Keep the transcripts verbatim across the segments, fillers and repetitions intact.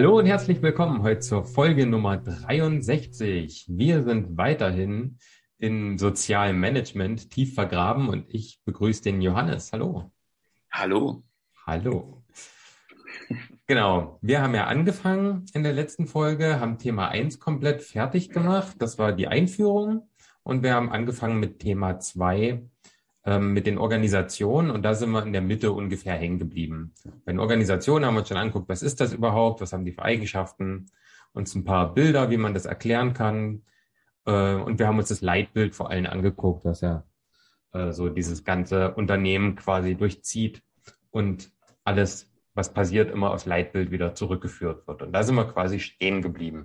Hallo und herzlich willkommen heute zur Folge Nummer dreiundsechzig. Wir sind weiterhin in sozialem Management tief vergraben und ich begrüße den Johannes. Hallo. Hallo. Hallo. Genau, wir haben ja angefangen in der letzten Folge, haben Thema eins komplett fertig gemacht. Das war die Einführung und wir haben angefangen mit Thema zwei, ähm, mit den Organisationen, und da sind wir in der Mitte ungefähr hängen geblieben. Bei den Organisationen haben wir uns schon angeguckt, was ist das überhaupt, was haben die für Eigenschaften, uns ein paar Bilder, wie man das erklären kann, äh, und wir haben uns das Leitbild vor allem angeguckt, was ja äh, so dieses ganze Unternehmen quasi durchzieht und alles, was passiert, immer aufs Leitbild wieder zurückgeführt wird. Und da sind wir quasi stehen geblieben.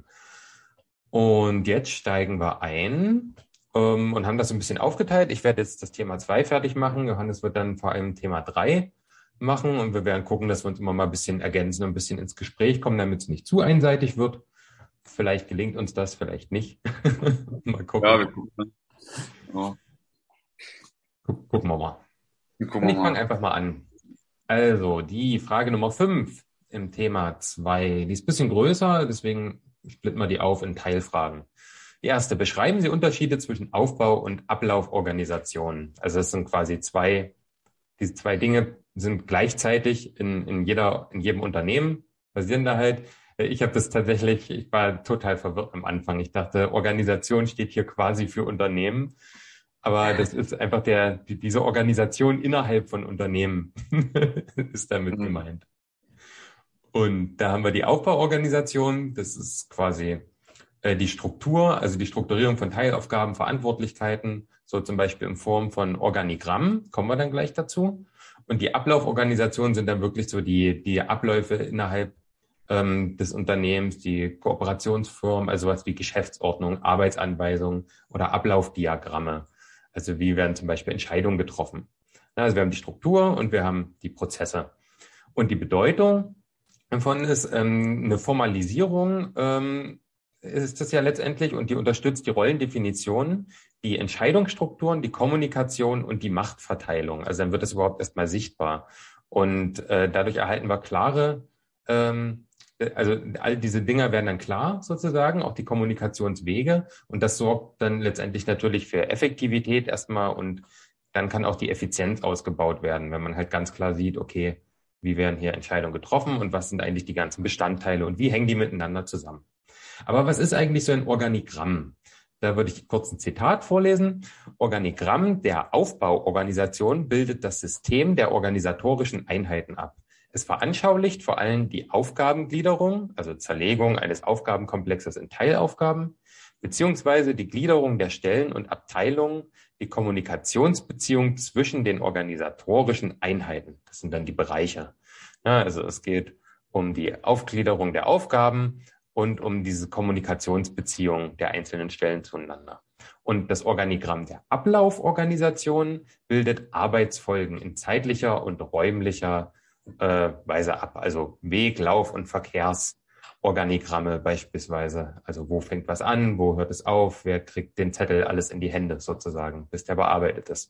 Und jetzt steigen wir ein ähm, und haben das so ein bisschen aufgeteilt. Ich werde jetzt das Thema zwei fertig machen. Johannes wird dann vor allem Thema drei machen und wir werden gucken, dass wir uns immer mal ein bisschen ergänzen und ein bisschen ins Gespräch kommen, damit es nicht zu einseitig wird. Vielleicht gelingt uns das, vielleicht nicht. Mal gucken. Ja, wir gucken. Ja, Guck, gucken wir mal. wir Und gucken ich wir fange mal. einfach mal an. Also, die Frage Nummer fünf im Thema zwei, die ist ein bisschen größer, deswegen splitten wir die auf in Teilfragen. Die erste: Beschreiben Sie Unterschiede zwischen Aufbau- und Ablauforganisationen. Also das sind quasi zwei, diese zwei Dinge sind gleichzeitig in, in jeder, in jedem Unternehmen, basieren da halt. Ich habe das tatsächlich, ich war total verwirrt am Anfang. Ich dachte, Organisation steht hier quasi für Unternehmen. Aber das ist einfach der, die, diese Organisation innerhalb von Unternehmen ist damit Mhm. gemeint. Und da haben wir die Aufbauorganisation. Das ist quasi äh, die Struktur, also die Strukturierung von Teilaufgaben, Verantwortlichkeiten, so zum Beispiel in Form von Organigramm, kommen wir dann gleich dazu. Und die Ablauforganisationen sind dann wirklich so die, die Abläufe innerhalb ähm, des Unternehmens, die Kooperationsformen, also was wie Geschäftsordnung, Arbeitsanweisungen oder Ablaufdiagramme. Also wie werden zum Beispiel Entscheidungen getroffen. Also wir haben die Struktur und wir haben die Prozesse. Und die Bedeutung davon ist ähm, eine Formalisierung, ähm, ist das ja letztendlich, und die unterstützt die Rollendefinitionen, die Entscheidungsstrukturen, die Kommunikation und die Machtverteilung. Also dann wird es überhaupt erstmal sichtbar. Und äh, dadurch erhalten wir klare, ähm, also all diese Dinger werden dann klar sozusagen, auch die Kommunikationswege. Und das sorgt dann letztendlich natürlich für Effektivität erstmal, und dann kann auch die Effizienz ausgebaut werden, wenn man halt ganz klar sieht, okay, wie werden hier Entscheidungen getroffen und was sind eigentlich die ganzen Bestandteile und wie hängen die miteinander zusammen. Aber was ist eigentlich so ein Organigramm? Da würde ich kurz ein Zitat vorlesen. Organigramm der Aufbauorganisation bildet das System der organisatorischen Einheiten ab. Es veranschaulicht vor allem die Aufgabengliederung, also Zerlegung eines Aufgabenkomplexes in Teilaufgaben, beziehungsweise die Gliederung der Stellen und Abteilungen, die Kommunikationsbeziehung zwischen den organisatorischen Einheiten. Das sind dann die Bereiche. Ja, also es geht um die Aufgliederung der Aufgaben und um diese Kommunikationsbeziehung der einzelnen Stellen zueinander. Und das Organigramm der Ablauforganisation bildet Arbeitsfolgen in zeitlicher und räumlicher äh, Weise ab. Also Weg, Lauf- und Verkehrsorganigramme beispielsweise. Also wo fängt was an, wo hört es auf, wer kriegt den Zettel alles in die Hände sozusagen, bis der bearbeitet ist.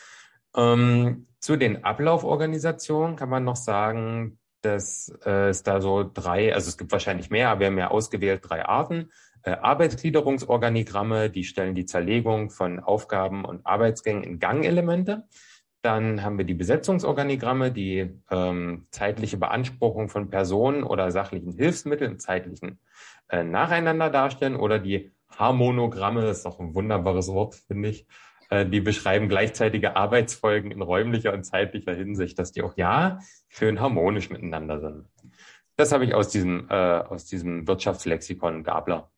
Ähm, zu den Ablauforganisationen kann man noch sagen, dass äh, es da so drei, also es gibt wahrscheinlich mehr, aber wir haben ja ausgewählt drei Arten. Äh, Arbeitsgliederungsorganigramme, die stellen die Zerlegung von Aufgaben und Arbeitsgängen in Gangelemente. Dann haben wir die Besetzungsorganigramme, die ähm, zeitliche Beanspruchung von Personen oder sachlichen Hilfsmitteln im zeitlichen äh, Nacheinander darstellen, oder die Harmonogramme, das ist doch ein wunderbares Wort, finde ich. Äh, die beschreiben gleichzeitige Arbeitsfolgen in räumlicher und zeitlicher Hinsicht, dass die auch ja schön harmonisch miteinander sind. Das habe ich aus diesem, äh, aus diesem Wirtschaftslexikon Gabler.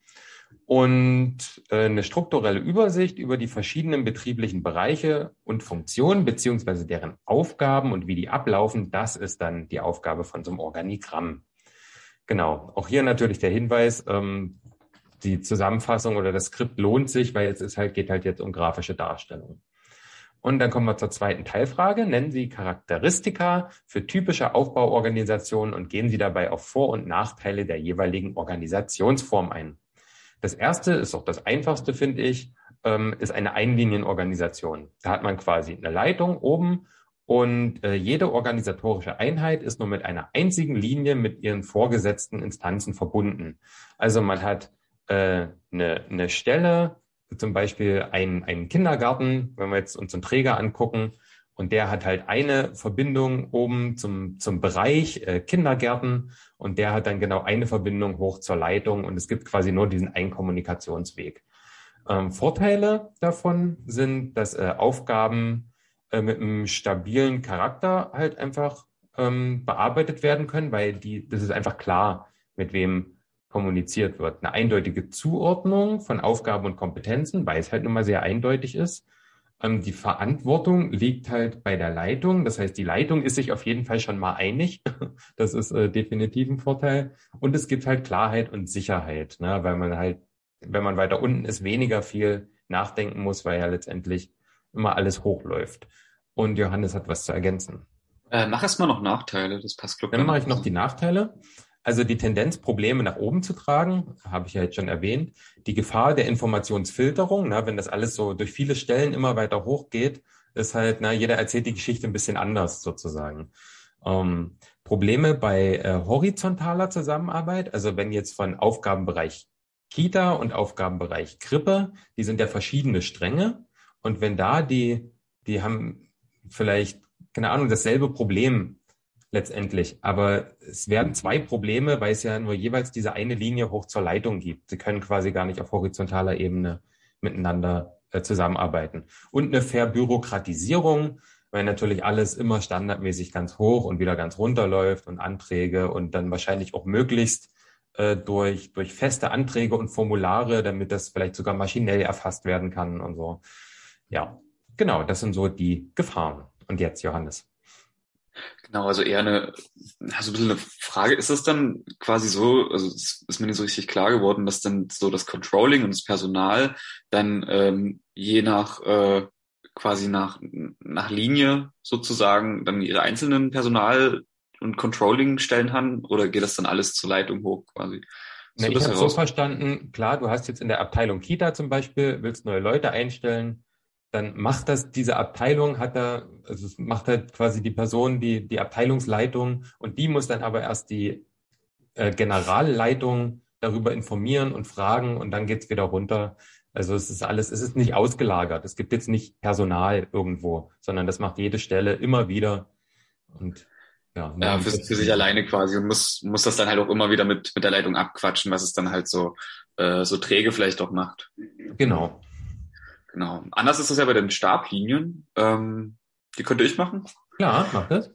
Und äh, eine strukturelle Übersicht über die verschiedenen betrieblichen Bereiche und Funktionen beziehungsweise deren Aufgaben und wie die ablaufen, das ist dann die Aufgabe von so einem Organigramm. Genau, auch hier natürlich der Hinweis, ähm, die Zusammenfassung oder das Skript lohnt sich, weil es ist halt, geht halt jetzt um grafische Darstellung. Und dann kommen wir zur zweiten Teilfrage. Nennen Sie Charakteristika für typische Aufbauorganisationen und gehen Sie dabei auf Vor- und Nachteile der jeweiligen Organisationsform ein. Das erste ist auch das einfachste, finde ich, ähm, ist eine Einlinienorganisation. Da hat man quasi eine Leitung oben Und äh, jede organisatorische Einheit ist nur mit einer einzigen Linie mit ihren vorgesetzten Instanzen verbunden. Also man hat äh, eine, eine Stelle, zum Beispiel einen, einen Kindergarten, wenn wir jetzt uns einen Träger angucken, und der hat halt eine Verbindung oben zum, zum Bereich äh, Kindergärten, und der hat dann genau eine Verbindung hoch zur Leitung, und es gibt quasi nur diesen einen Kommunikationsweg. Ähm, Vorteile davon sind, dass äh, Aufgaben äh, mit einem stabilen Charakter halt einfach ähm, bearbeitet werden können, weil die, das ist einfach klar, mit wem kommuniziert wird. Eine eindeutige Zuordnung von Aufgaben und Kompetenzen, weil es halt nun mal sehr eindeutig ist. Ähm, die Verantwortung liegt halt bei der Leitung. Das heißt, die Leitung ist sich auf jeden Fall schon mal einig. Das ist äh, definitiv ein Vorteil. Und es gibt halt Klarheit und Sicherheit, ne? Weil man halt, wenn man weiter unten ist, weniger viel nachdenken muss, weil ja letztendlich immer alles hochläuft. Und Johannes hat was zu ergänzen. Äh, mach erst mal noch Nachteile, das passt, glaube ich. Dann mache ich noch die Nachteile. Also die Tendenz, Probleme nach oben zu tragen, habe ich ja jetzt schon erwähnt. Die Gefahr der Informationsfilterung, na, wenn das alles so durch viele Stellen immer weiter hochgeht, ist halt, na, jeder erzählt die Geschichte ein bisschen anders sozusagen. Ähm, Probleme bei äh, horizontaler Zusammenarbeit, also wenn jetzt von Aufgabenbereich Kita und Aufgabenbereich Krippe, die sind ja verschiedene Stränge. Und wenn da die, die haben vielleicht, keine Ahnung, dasselbe Problem letztendlich. Aber es werden zwei Probleme, weil es ja nur jeweils diese eine Linie hoch zur Leitung gibt. Sie können quasi gar nicht auf horizontaler Ebene miteinander äh, zusammenarbeiten. Und eine Verbürokratisierung, weil natürlich alles immer standardmäßig ganz hoch und wieder ganz runter läuft und Anträge und dann wahrscheinlich auch möglichst äh, durch, durch feste Anträge und Formulare, damit das vielleicht sogar maschinell erfasst werden kann und so. Ja, genau, das sind so die Gefahren. Und jetzt, Johannes. Genau, also eher eine, also ein bisschen eine Frage, ist das dann quasi so, also es ist mir nicht so richtig klar geworden, dass dann so das Controlling und das Personal dann ähm, je nach, äh, quasi nach, nach Linie sozusagen dann ihre einzelnen Personal- und Controlling-Stellen haben, oder geht das dann alles zur Leitung hoch quasi? Na, ich habe so verstanden, klar, du hast jetzt in der Abteilung Kita zum Beispiel, willst neue Leute einstellen, dann macht das diese Abteilung, hat da, also es macht halt quasi die Person, die die Abteilungsleitung, und die muss dann aber erst die äh, Generalleitung darüber informieren und fragen, und dann geht's wieder runter. Also es ist alles, es ist nicht ausgelagert. Es gibt jetzt nicht Personal irgendwo, sondern das macht jede Stelle immer wieder. Und ja, Ja, für, für sich alleine quasi, und muss, muss das dann halt auch immer wieder mit, mit der Leitung abquatschen, was es dann halt so, äh, so träge vielleicht auch macht. Genau. Genau. Anders ist das ja bei den Stablinien. Ähm, die könnte ich machen. Klar, mach das.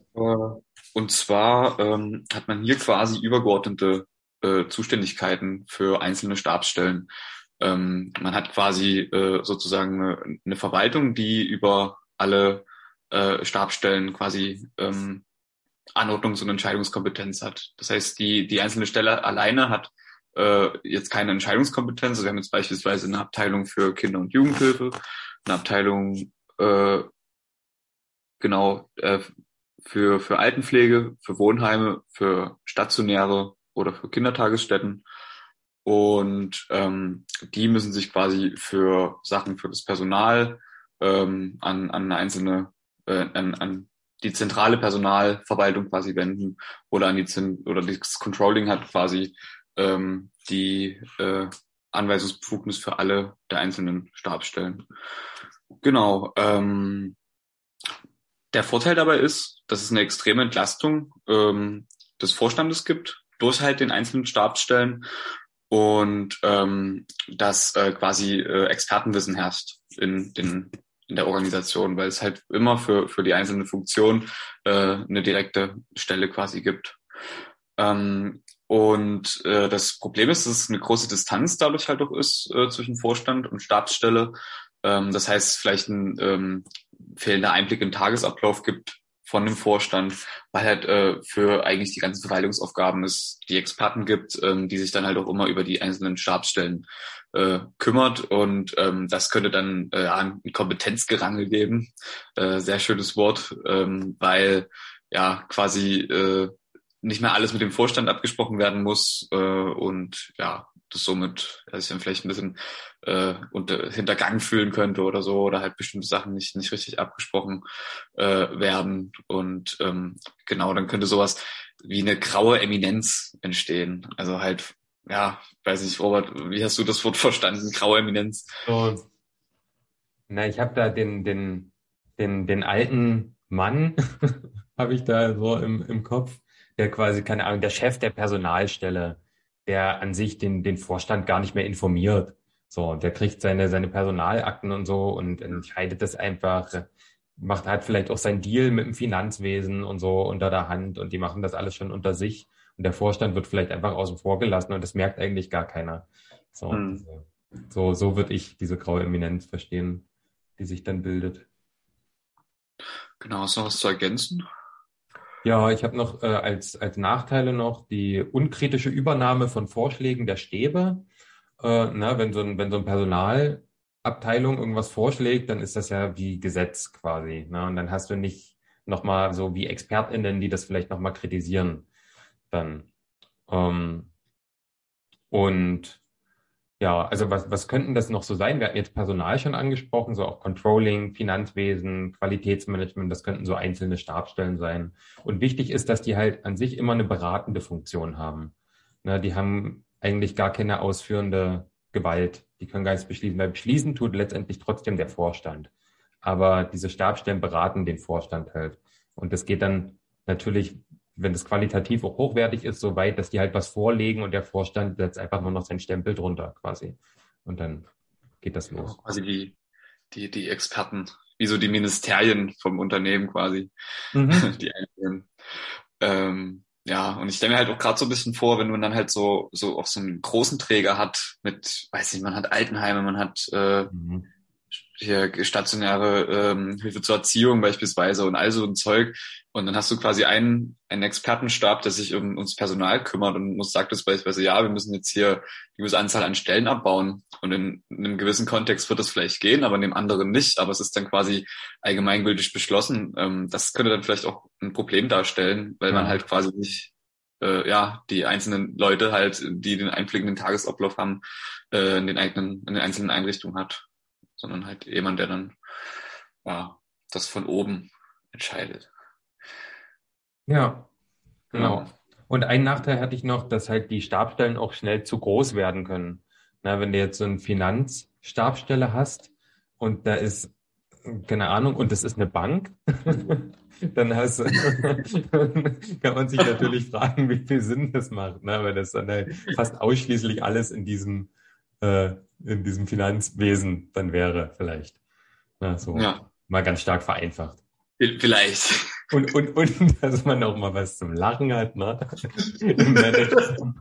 Und zwar ähm, hat man hier quasi übergeordnete äh, Zuständigkeiten für einzelne Stabsstellen. Ähm, man hat quasi äh, sozusagen eine, eine Verwaltung, die über alle äh, Stabsstellen quasi ähm, Anordnungs- und Entscheidungskompetenz hat. Das heißt, die, die einzelne Stelle alleine hat äh, jetzt keine Entscheidungskompetenz. Also wir haben jetzt beispielsweise eine Abteilung für Kinder- und Jugendhilfe, eine Abteilung äh, genau äh, für für Altenpflege, für Wohnheime, für stationäre oder für Kindertagesstätten. Und ähm, die müssen sich quasi für Sachen für das Personal ähm, an an eine einzelne äh, an, an die zentrale Personalverwaltung quasi wenden, oder an die oder das Controlling hat quasi ähm, die äh, Anweisungsbefugnis für alle der einzelnen Stabsstellen. Genau. Ähm, der Vorteil dabei ist, dass es eine extreme Entlastung ähm, des Vorstandes gibt durch halt den einzelnen Stabsstellen, und ähm, dass äh, quasi äh, Expertenwissen herrscht in den in der Organisation, weil es halt immer für für die einzelne Funktion äh, eine direkte Stelle quasi gibt. Ähm, und äh, das Problem ist, dass es eine große Distanz dadurch halt auch ist äh, zwischen Vorstand und Stabsstelle. Ähm, das heißt, vielleicht ein ähm, fehlender Einblick in den Tagesablauf gibt von dem Vorstand, weil halt äh, für eigentlich die ganzen Verwaltungsaufgaben es die Experten gibt, ähm, die sich dann halt auch immer über die einzelnen Stabsstellen äh, kümmert, und ähm, das könnte dann äh, ein Kompetenzgerangel geben. Äh, sehr schönes Wort, ähm, weil ja quasi äh, nicht mehr alles mit dem Vorstand abgesprochen werden muss, äh, und ja das somit ja, sich dann vielleicht ein bisschen äh, unter, hintergangen fühlen könnte oder so, oder halt bestimmte Sachen nicht nicht richtig abgesprochen äh, werden. Und ähm, genau, dann könnte sowas wie eine graue Eminenz entstehen. Also halt, ja, weiß nicht, Robert, wie hast du das Wort verstanden, graue Eminenz? So, na, ich habe da den, den, den, den alten Mann, habe ich da so im, im Kopf, der quasi, keine Ahnung, der Chef der Personalstelle, der an sich den, den Vorstand gar nicht mehr informiert. So, der kriegt seine, seine Personalakten und so und entscheidet das einfach, macht, hat vielleicht auch sein Deal mit dem Finanzwesen und so unter der Hand und die machen das alles schon unter sich und der Vorstand wird vielleicht einfach außen vor gelassen und das merkt eigentlich gar keiner. So, Hm. so, so würde ich diese graue Eminenz verstehen, die sich dann bildet. Genau, hast du noch was zu ergänzen? Ja, ich habe noch äh, als, als Nachteile noch die unkritische Übernahme von Vorschlägen der Stäbe. Äh, na, wenn so ein, wenn so ein Personalabteilung irgendwas vorschlägt, dann ist das ja wie Gesetz quasi. Ne? Und dann hast du nicht nochmal so wie ExpertInnen, die das vielleicht nochmal kritisieren dann. Ähm, und ja, also was, was könnten das noch so sein? Wir hatten jetzt Personal schon angesprochen, so auch Controlling, Finanzwesen, Qualitätsmanagement, das könnten so einzelne Stabsstellen sein. Und wichtig ist, dass die halt an sich immer eine beratende Funktion haben. Na, die haben eigentlich gar keine ausführende Gewalt. Die können gar nichts beschließen, weil beschließen tut letztendlich trotzdem der Vorstand. Aber diese Stabsstellen beraten den Vorstand halt. Und das geht dann natürlich, wenn das qualitativ auch hochwertig ist, so weit, dass die halt was vorlegen und der Vorstand setzt einfach nur noch seinen Stempel drunter quasi. Und dann geht das los. Quasi die, die, die Experten, wie so die Ministerien vom Unternehmen quasi, Mhm. die einzelnen. Ähm, ja, und ich stelle mir halt auch gerade so ein bisschen vor, wenn man dann halt so, so auch so einen großen Träger hat mit, weiß nicht, man hat Altenheime, man hat äh, Mhm. hier stationäre ähm, Hilfe zur Erziehung beispielsweise und all so ein Zeug. Und dann hast du quasi einen, einen Expertenstab, der sich um uns Personal kümmert und muss sagt es beispielsweise, ja, wir müssen jetzt hier die gewisse Anzahl an Stellen abbauen. Und in, in einem gewissen Kontext wird das vielleicht gehen, aber in dem anderen nicht. Aber es ist dann quasi allgemeingültig beschlossen. Ähm, das könnte dann vielleicht auch ein Problem darstellen, weil man Ja. halt quasi nicht äh, ja die einzelnen Leute halt, die den Einblick in den Tagesablauf haben, äh, in den eigenen, in den einzelnen Einrichtungen hat, sondern halt jemand, der dann ja das von oben entscheidet. Ja, Genau. genau. Und einen Nachteil hatte ich noch, dass halt die Stabstellen auch schnell zu groß werden können. Na, wenn du jetzt so eine Finanzstabstelle hast und da ist, keine Ahnung, und das ist eine Bank, dann hast, kann man sich natürlich fragen, wie viel Sinn das macht, ne? Weil das dann halt fast ausschließlich alles in diesem, äh, in diesem Finanzwesen dann wäre, vielleicht. Na, so Ja, mal ganz stark vereinfacht. vielleicht. Und, und, und, dass man auch mal was zum Lachen hat, ne? Im Management.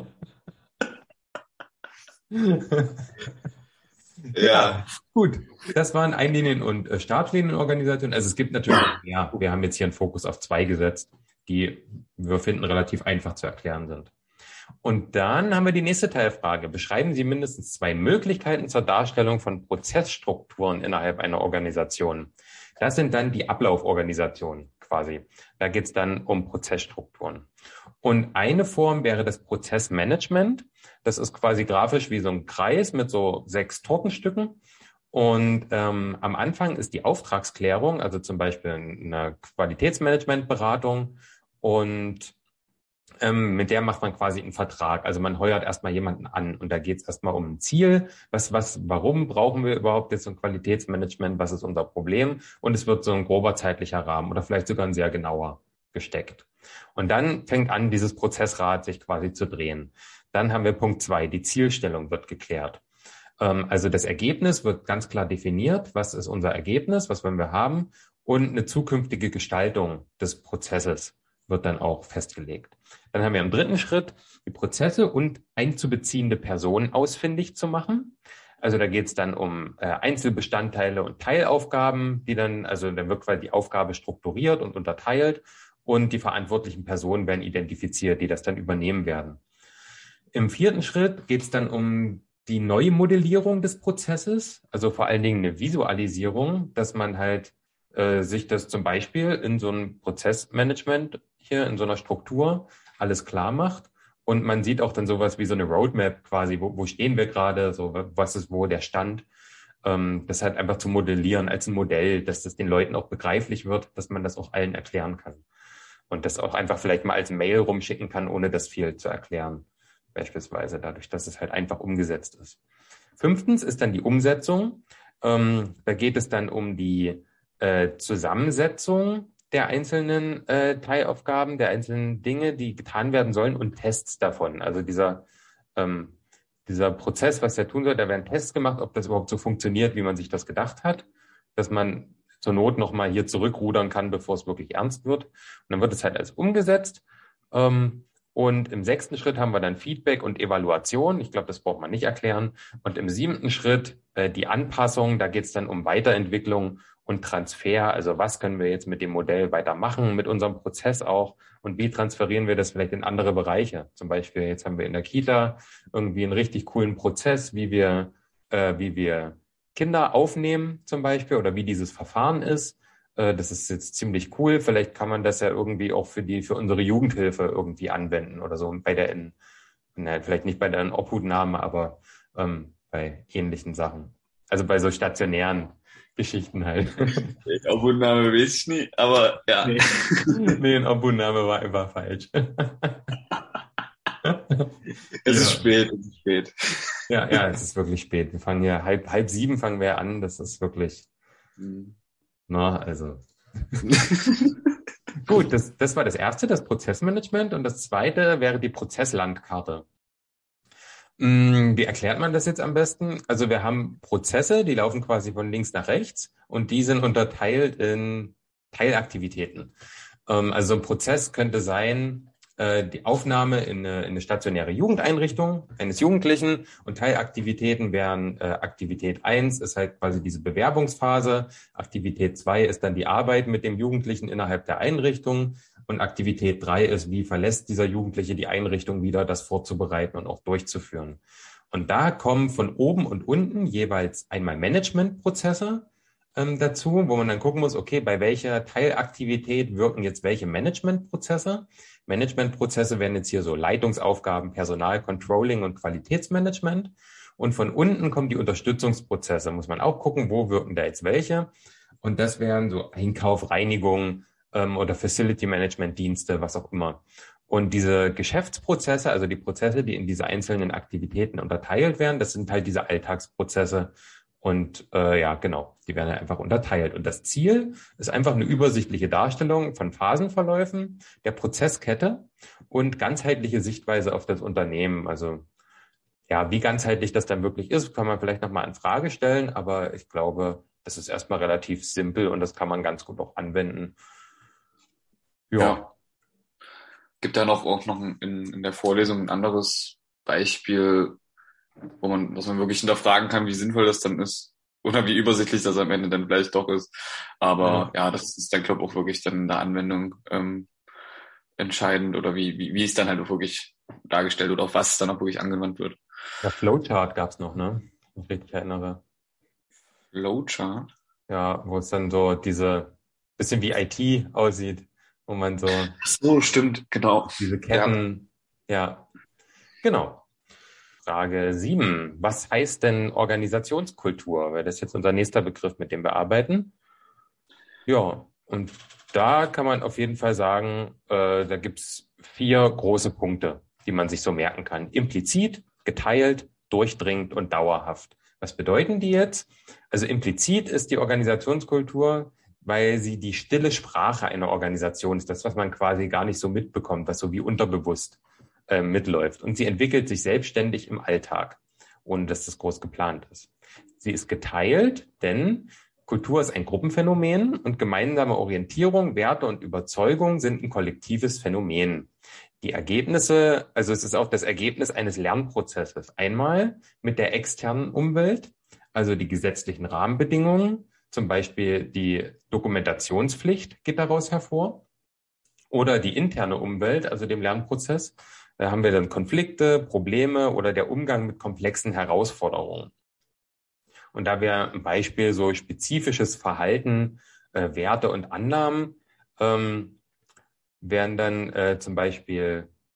Ja, Ja. gut. Das waren Einlinien- und äh, Stabslinienorganisationen. Also es gibt natürlich noch mehr. Wir haben jetzt hier einen Fokus auf zwei gesetzt, die wir finden relativ einfach zu erklären sind. Und dann haben wir die nächste Teilfrage. Beschreiben Sie mindestens zwei Möglichkeiten zur Darstellung von Prozessstrukturen innerhalb einer Organisation. Das sind dann die Ablauforganisationen quasi. Da geht es dann um Prozessstrukturen. Und eine Form wäre das Prozessmanagement. Das ist quasi grafisch wie so ein Kreis mit so sechs Tortenstücken. Und ähm, am Anfang ist die Auftragsklärung, also zum Beispiel eine Qualitätsmanagementberatung. Und ähm, mit der macht man quasi einen Vertrag. Also man heuert erstmal jemanden an und da geht es erstmal um ein Ziel. Was, was, warum brauchen wir überhaupt jetzt so ein Qualitätsmanagement? Was ist unser Problem? Und es wird so ein grober zeitlicher Rahmen oder vielleicht sogar ein sehr genauer gesteckt. Und dann fängt an, dieses Prozessrad sich quasi zu drehen. Dann haben wir Punkt zwei, die Zielstellung wird geklärt. Ähm, also das Ergebnis wird ganz klar definiert. Was ist unser Ergebnis? Was wollen wir haben? Und eine zukünftige Gestaltung des Prozesses wird dann auch festgelegt. Dann haben wir im dritten Schritt die Prozesse und einzubeziehende Personen ausfindig zu machen. Also da geht es dann um äh, Einzelbestandteile und Teilaufgaben, die dann, also dann wird quasi die Aufgabe strukturiert und unterteilt und die verantwortlichen Personen werden identifiziert, die das dann übernehmen werden. Im vierten Schritt geht es dann um die Neumodellierung des Prozesses, also vor allen Dingen eine Visualisierung, dass man halt äh, sich das zum Beispiel in so einem Prozessmanagement hier in so einer Struktur alles klar macht Und man sieht auch dann sowas wie so eine Roadmap quasi, wo, wo stehen wir gerade, so was ist wo der Stand. Ähm, das halt einfach zu modellieren als ein Modell, dass das den Leuten auch begreiflich wird, dass man das auch allen erklären kann. Und das auch einfach vielleicht mal als Mail rumschicken kann, ohne das viel zu erklären. Beispielsweise dadurch, dass es halt einfach umgesetzt ist. Fünftens ist dann die Umsetzung. Ähm, da geht es dann um die äh, Zusammensetzung der einzelnen äh, Teilaufgaben, der einzelnen Dinge, die getan werden sollen und Tests davon. Also dieser, ähm, dieser Prozess, was er tun soll, da werden Tests gemacht, ob das überhaupt so funktioniert, wie man sich das gedacht hat, dass man zur Not nochmal hier zurückrudern kann, bevor es wirklich ernst wird. Und dann wird es halt als umgesetzt. Ähm, und im sechsten Schritt haben wir dann Feedback und Evaluation. Ich glaube, das braucht man nicht erklären. Und im siebten Schritt äh, die Anpassung. Da geht es dann um Weiterentwicklung und Transfer. Also was können wir jetzt mit dem Modell weitermachen, mit unserem Prozess auch? Und wie transferieren wir das vielleicht in andere Bereiche? Zum Beispiel, jetzt haben wir in der Kita irgendwie einen richtig coolen Prozess, wie wir, äh, wie wir Kinder aufnehmen zum Beispiel oder wie dieses Verfahren ist. Äh, das ist jetzt ziemlich cool. Vielleicht kann man das ja irgendwie auch für die, für unsere Jugendhilfe irgendwie anwenden oder so bei der, in, na, vielleicht nicht bei der Obhutnahme, aber ähm, bei ähnlichen Sachen. Also bei so stationären Geschichten halt. Obhutnahme weiß ich nicht, aber ja. Nee, nee, eine Obhutnahme war einfach falsch. Es ist ja. spät, es ist spät. Ja, ja, es ist wirklich spät. Wir fangen ja halb, halb sieben fangen wir an. Das ist wirklich, mhm. na, also. Gut, das, das war das erste, das Prozessmanagement. Und das zweite wäre die Prozesslandkarte. Wie erklärt man das jetzt am besten? Also wir haben Prozesse, die laufen quasi von links nach rechts und die sind unterteilt in Teilaktivitäten. Also ein Prozess könnte sein, die Aufnahme in eine, in eine stationäre Jugendeinrichtung eines Jugendlichen und Teilaktivitäten wären äh, Aktivität eins ist halt quasi diese Bewerbungsphase, Aktivität zwei ist dann die Arbeit mit dem Jugendlichen innerhalb der Einrichtung und Aktivität drei ist, wie verlässt dieser Jugendliche die Einrichtung wieder, das vorzubereiten und auch durchzuführen. Und da kommen von oben und unten jeweils einmal Managementprozesse ähm, dazu, wo man dann gucken muss, okay, bei welcher Teilaktivität wirken jetzt welche Managementprozesse. Managementprozesse werden jetzt hier so Leitungsaufgaben, Personal, Controlling und Qualitätsmanagement. Und von unten kommen die Unterstützungsprozesse. Muss man auch gucken, wo wirken da jetzt welche. Und das wären so Einkauf, Reinigung ähm, oder Facility Management Dienste, was auch immer. Und diese Geschäftsprozesse, also die Prozesse, die in diese einzelnen Aktivitäten unterteilt werden, das sind halt diese Alltagsprozesse. Und äh, ja, genau, die werden einfach unterteilt. Und das Ziel ist einfach eine übersichtliche Darstellung von Phasenverläufen der Prozesskette und ganzheitliche Sichtweise auf das Unternehmen. Also ja, wie ganzheitlich das dann wirklich ist, kann man vielleicht nochmal in Frage stellen. Aber ich glaube, das ist erstmal relativ simpel und das kann man ganz gut auch anwenden. Ja. ja. Gibt da noch auch noch in, in der Vorlesung ein anderes Beispiel, wo man, was man wirklich hinterfragen kann, wie sinnvoll das dann ist oder wie übersichtlich das am Ende dann vielleicht doch ist. Aber ja, ja das ist dann, glaube ich, auch wirklich dann in der Anwendung ähm, entscheidend oder wie, wie, wie es dann halt auch wirklich dargestellt oder auf was es dann auch wirklich angewandt wird. Ja, Flowchart gab's noch, ne? Wenn ich richtig erinnere. Flowchart? Ja, wo es dann so diese, bisschen wie I T aussieht, wo man so... Ach so, stimmt, genau. Diese Ketten, ja, ja genau. Frage sieben. Was heißt denn Organisationskultur? Weil das ist jetzt unser nächster Begriff, mit dem wir arbeiten. Ja, und da kann man auf jeden Fall sagen, äh, da gibt's vier große Punkte, die man sich so merken kann. Implizit, geteilt, durchdringend und dauerhaft. Was bedeuten die jetzt? Also implizit ist die Organisationskultur, weil sie die stille Sprache einer Organisation ist. Das, was man quasi gar nicht so mitbekommt, was so wie unterbewusst äh, mitläuft. Und sie entwickelt sich selbstständig im Alltag, ohne dass das groß geplant ist. Sie ist geteilt, denn Kultur ist ein Gruppenphänomen und gemeinsame Orientierung, Werte und Überzeugung sind ein kollektives Phänomen. Die Ergebnisse, also es ist auch das Ergebnis eines Lernprozesses. Einmal mit der externen Umwelt, also die gesetzlichen Rahmenbedingungen, zum Beispiel die Dokumentationspflicht geht daraus hervor, oder die interne Umwelt, also dem Lernprozess. Da haben wir dann Konflikte, Probleme oder der Umgang mit komplexen Herausforderungen. Und da wäre ein Beispiel so spezifisches Verhalten, äh, Werte und Annahmen, ähm, wären dann äh, zum Beispiel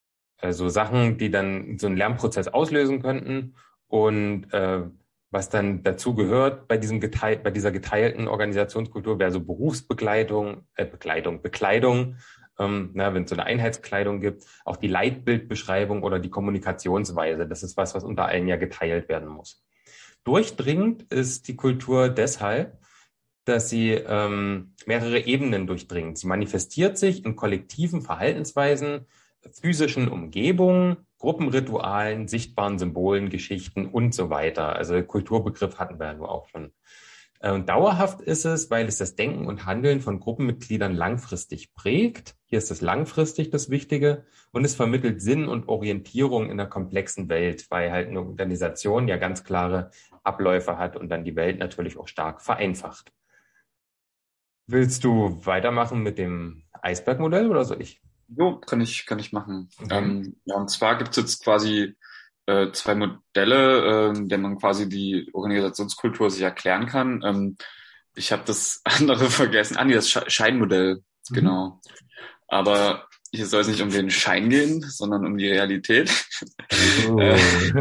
also Sachen, die dann so einen Lernprozess auslösen könnten und äh, was dann dazu gehört bei diesem geteilt, bei dieser geteilten Organisationskultur wäre so Berufsbegleitung, äh, Bekleidung, Bekleidung, ähm, na, wenn es so eine Einheitskleidung gibt, auch die Leitbildbeschreibung oder die Kommunikationsweise. Das ist was, was unter allen ja geteilt werden muss. Durchdringend ist die Kultur deshalb, dass sie ähm, mehrere Ebenen durchdringt. Sie manifestiert sich in kollektiven Verhaltensweisen, physischen Umgebungen, Gruppenritualen, sichtbaren Symbolen, Geschichten und so weiter. Also Kulturbegriff hatten wir ja nur auch schon. Und dauerhaft ist es, weil es das Denken und Handeln von Gruppenmitgliedern langfristig prägt. Hier ist das langfristig das Wichtige. Und es vermittelt Sinn und Orientierung in einer komplexen Welt, weil halt eine Organisation ja ganz klare Abläufe hat und dann die Welt natürlich auch stark vereinfacht. Willst du weitermachen mit dem Eisbergmodell oder soll ich? Jo, kann ich, kann ich machen. Okay. Ähm, ja, und zwar gibt es jetzt quasi äh, zwei Modelle, äh, in denen man quasi die Organisationskultur sich erklären kann. Ähm, ich habe das andere vergessen. Ah, nee, das Sch- Scheinmodell, Mhm. genau. Aber hier soll es nicht um den Schein gehen, sondern um die Realität. Oh. Äh,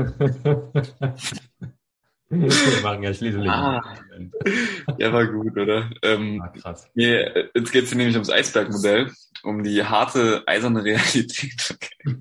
Wir machen ja schließlich. ah, ja, war gut, oder? Ähm, ah, krass. nee, jetzt geht es nämlich ums Eisbergmodell, um die harte, eiserne Realität.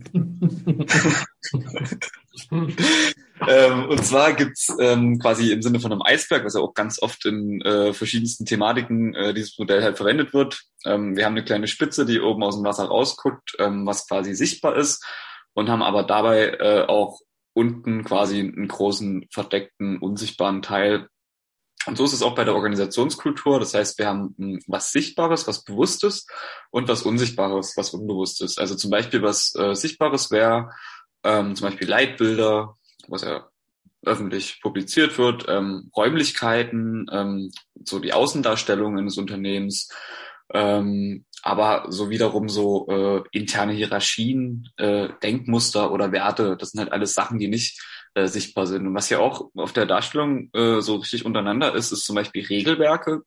ähm, und zwar gibt's ähm, quasi im Sinne von einem Eisberg, was ja auch ganz oft in äh, verschiedensten Thematiken äh, dieses Modell halt verwendet wird. Ähm, wir haben eine kleine Spitze, die oben aus dem Wasser rausguckt, ähm, was quasi sichtbar ist, und haben aber dabei äh, auch unten quasi einen großen, verdeckten, unsichtbaren Teil. Und so ist es auch bei der Organisationskultur. Das heißt, wir haben mh, was Sichtbares, was Bewusstes, und was Unsichtbares, was Unbewusstes. Also zum Beispiel was äh, Sichtbares wäre ähm, zum Beispiel Leitbilder, was ja öffentlich publiziert wird, ähm, Räumlichkeiten, ähm, so die Außendarstellung eines Unternehmens, ähm, aber so wiederum so äh, interne Hierarchien, äh, Denkmuster oder Werte. Das sind halt alles Sachen, die nicht äh, sichtbar sind. Und was ja auch auf der Darstellung äh, so richtig untereinander ist, ist zum Beispiel Regelwerke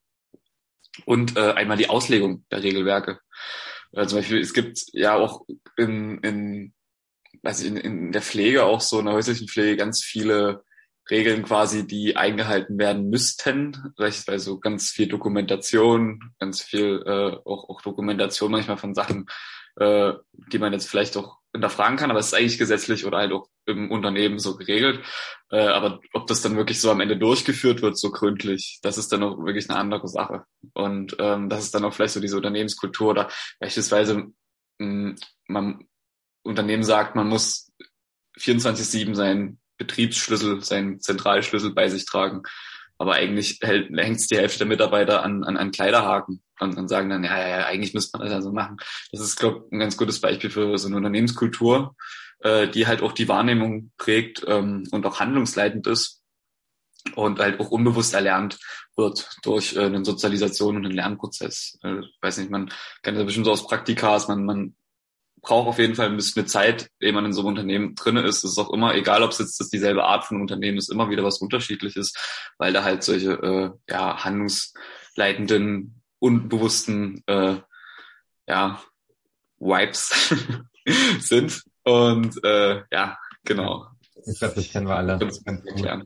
und äh, einmal die Auslegung der Regelwerke. Äh, zum Beispiel, es gibt ja auch in, in, weiß ich, in, in der Pflege, auch so in der häuslichen Pflege, ganz viele Regeln quasi, die eingehalten werden müssten. Beispielsweise so ganz viel Dokumentation, ganz viel äh, auch, auch Dokumentation manchmal von Sachen, äh, die man jetzt vielleicht auch hinterfragen kann, aber es ist eigentlich gesetzlich oder halt auch im Unternehmen so geregelt. Äh, aber ob das dann wirklich so am Ende durchgeführt wird, so gründlich, das ist dann auch wirklich eine andere Sache. Und ähm, das ist dann auch vielleicht so diese Unternehmenskultur oder beispielsweise mh, man Unternehmen sagt, man muss vierundzwanzig sieben sein Betriebsschlüssel, seinen Zentralschlüssel bei sich tragen. Aber eigentlich hängt es die Hälfte der Mitarbeiter an, an, an Kleiderhaken und, und sagen dann, ja, ja, ja, eigentlich müsste man das ja so machen. Das ist, glaube ich, ein ganz gutes Beispiel für so eine Unternehmenskultur, äh, die halt auch die Wahrnehmung prägt ähm, und auch handlungsleitend ist und halt auch unbewusst erlernt wird durch äh, eine Sozialisation und einen Lernprozess. Äh, ich weiß nicht, man kennt das bestimmt so aus Praktikas, man, man braucht auf jeden Fall ein bisschen eine Zeit, ehe man in so einem Unternehmen drinne ist. Es ist auch immer, egal ob es jetzt das dieselbe Art von Unternehmen ist, immer wieder was Unterschiedliches, weil da halt solche äh, ja, handlungsleitenden, unbewussten äh, ja, Vibes sind. Und äh, ja, genau. Ich glaube, das kennen wir alle. Das kann ich erklären.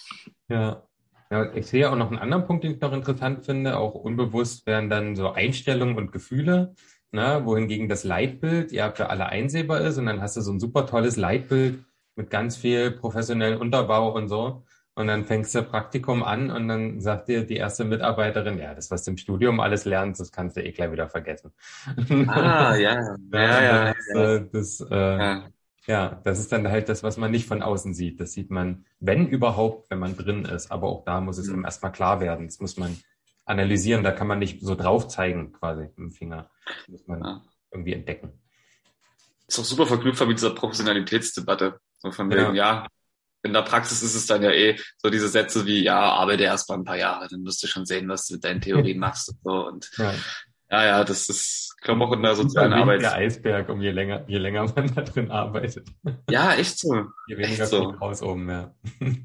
Ja. Ja, ich sehe auch noch einen anderen Punkt, den ich noch interessant finde. Auch unbewusst wären dann so Einstellungen und Gefühle. Na, wohingegen das Leitbild ja für alle einsehbar ist und dann hast du so ein super tolles Leitbild mit ganz viel professionellen Unterbau und so und dann fängst du Praktikum an und dann sagt dir die erste Mitarbeiterin, ja, das, was du im Studium alles lernst, das kannst du eh gleich wieder vergessen. Ah, ja, ja, ja. Das, ja. das, das, äh, ja. ja, das ist dann halt das, was man nicht von außen sieht. Das sieht man, wenn überhaupt, wenn man drin ist. Aber auch da muss es Mhm. eben erstmal klar werden. Das muss man analysieren. Da kann man nicht so drauf zeigen, quasi mit dem Finger. Das muss man Ja. irgendwie entdecken. Ist auch super verknüpft mit dieser Professionalitätsdebatte. So von Genau. wegen, ja, in der Praxis ist es dann ja eh so diese Sätze wie, ja, arbeite erst mal ein paar Jahre, dann wirst du schon sehen, was du mit deinen Theorien machst und so. Und Ja. ja, ja, das ist, ich glaube auch in der Super sozialen winkt Arbeit. der Eisberg, um je länger, je länger man da drin arbeitet. Ja, echt so. Je weniger Echt so. kommt raus oben, ja.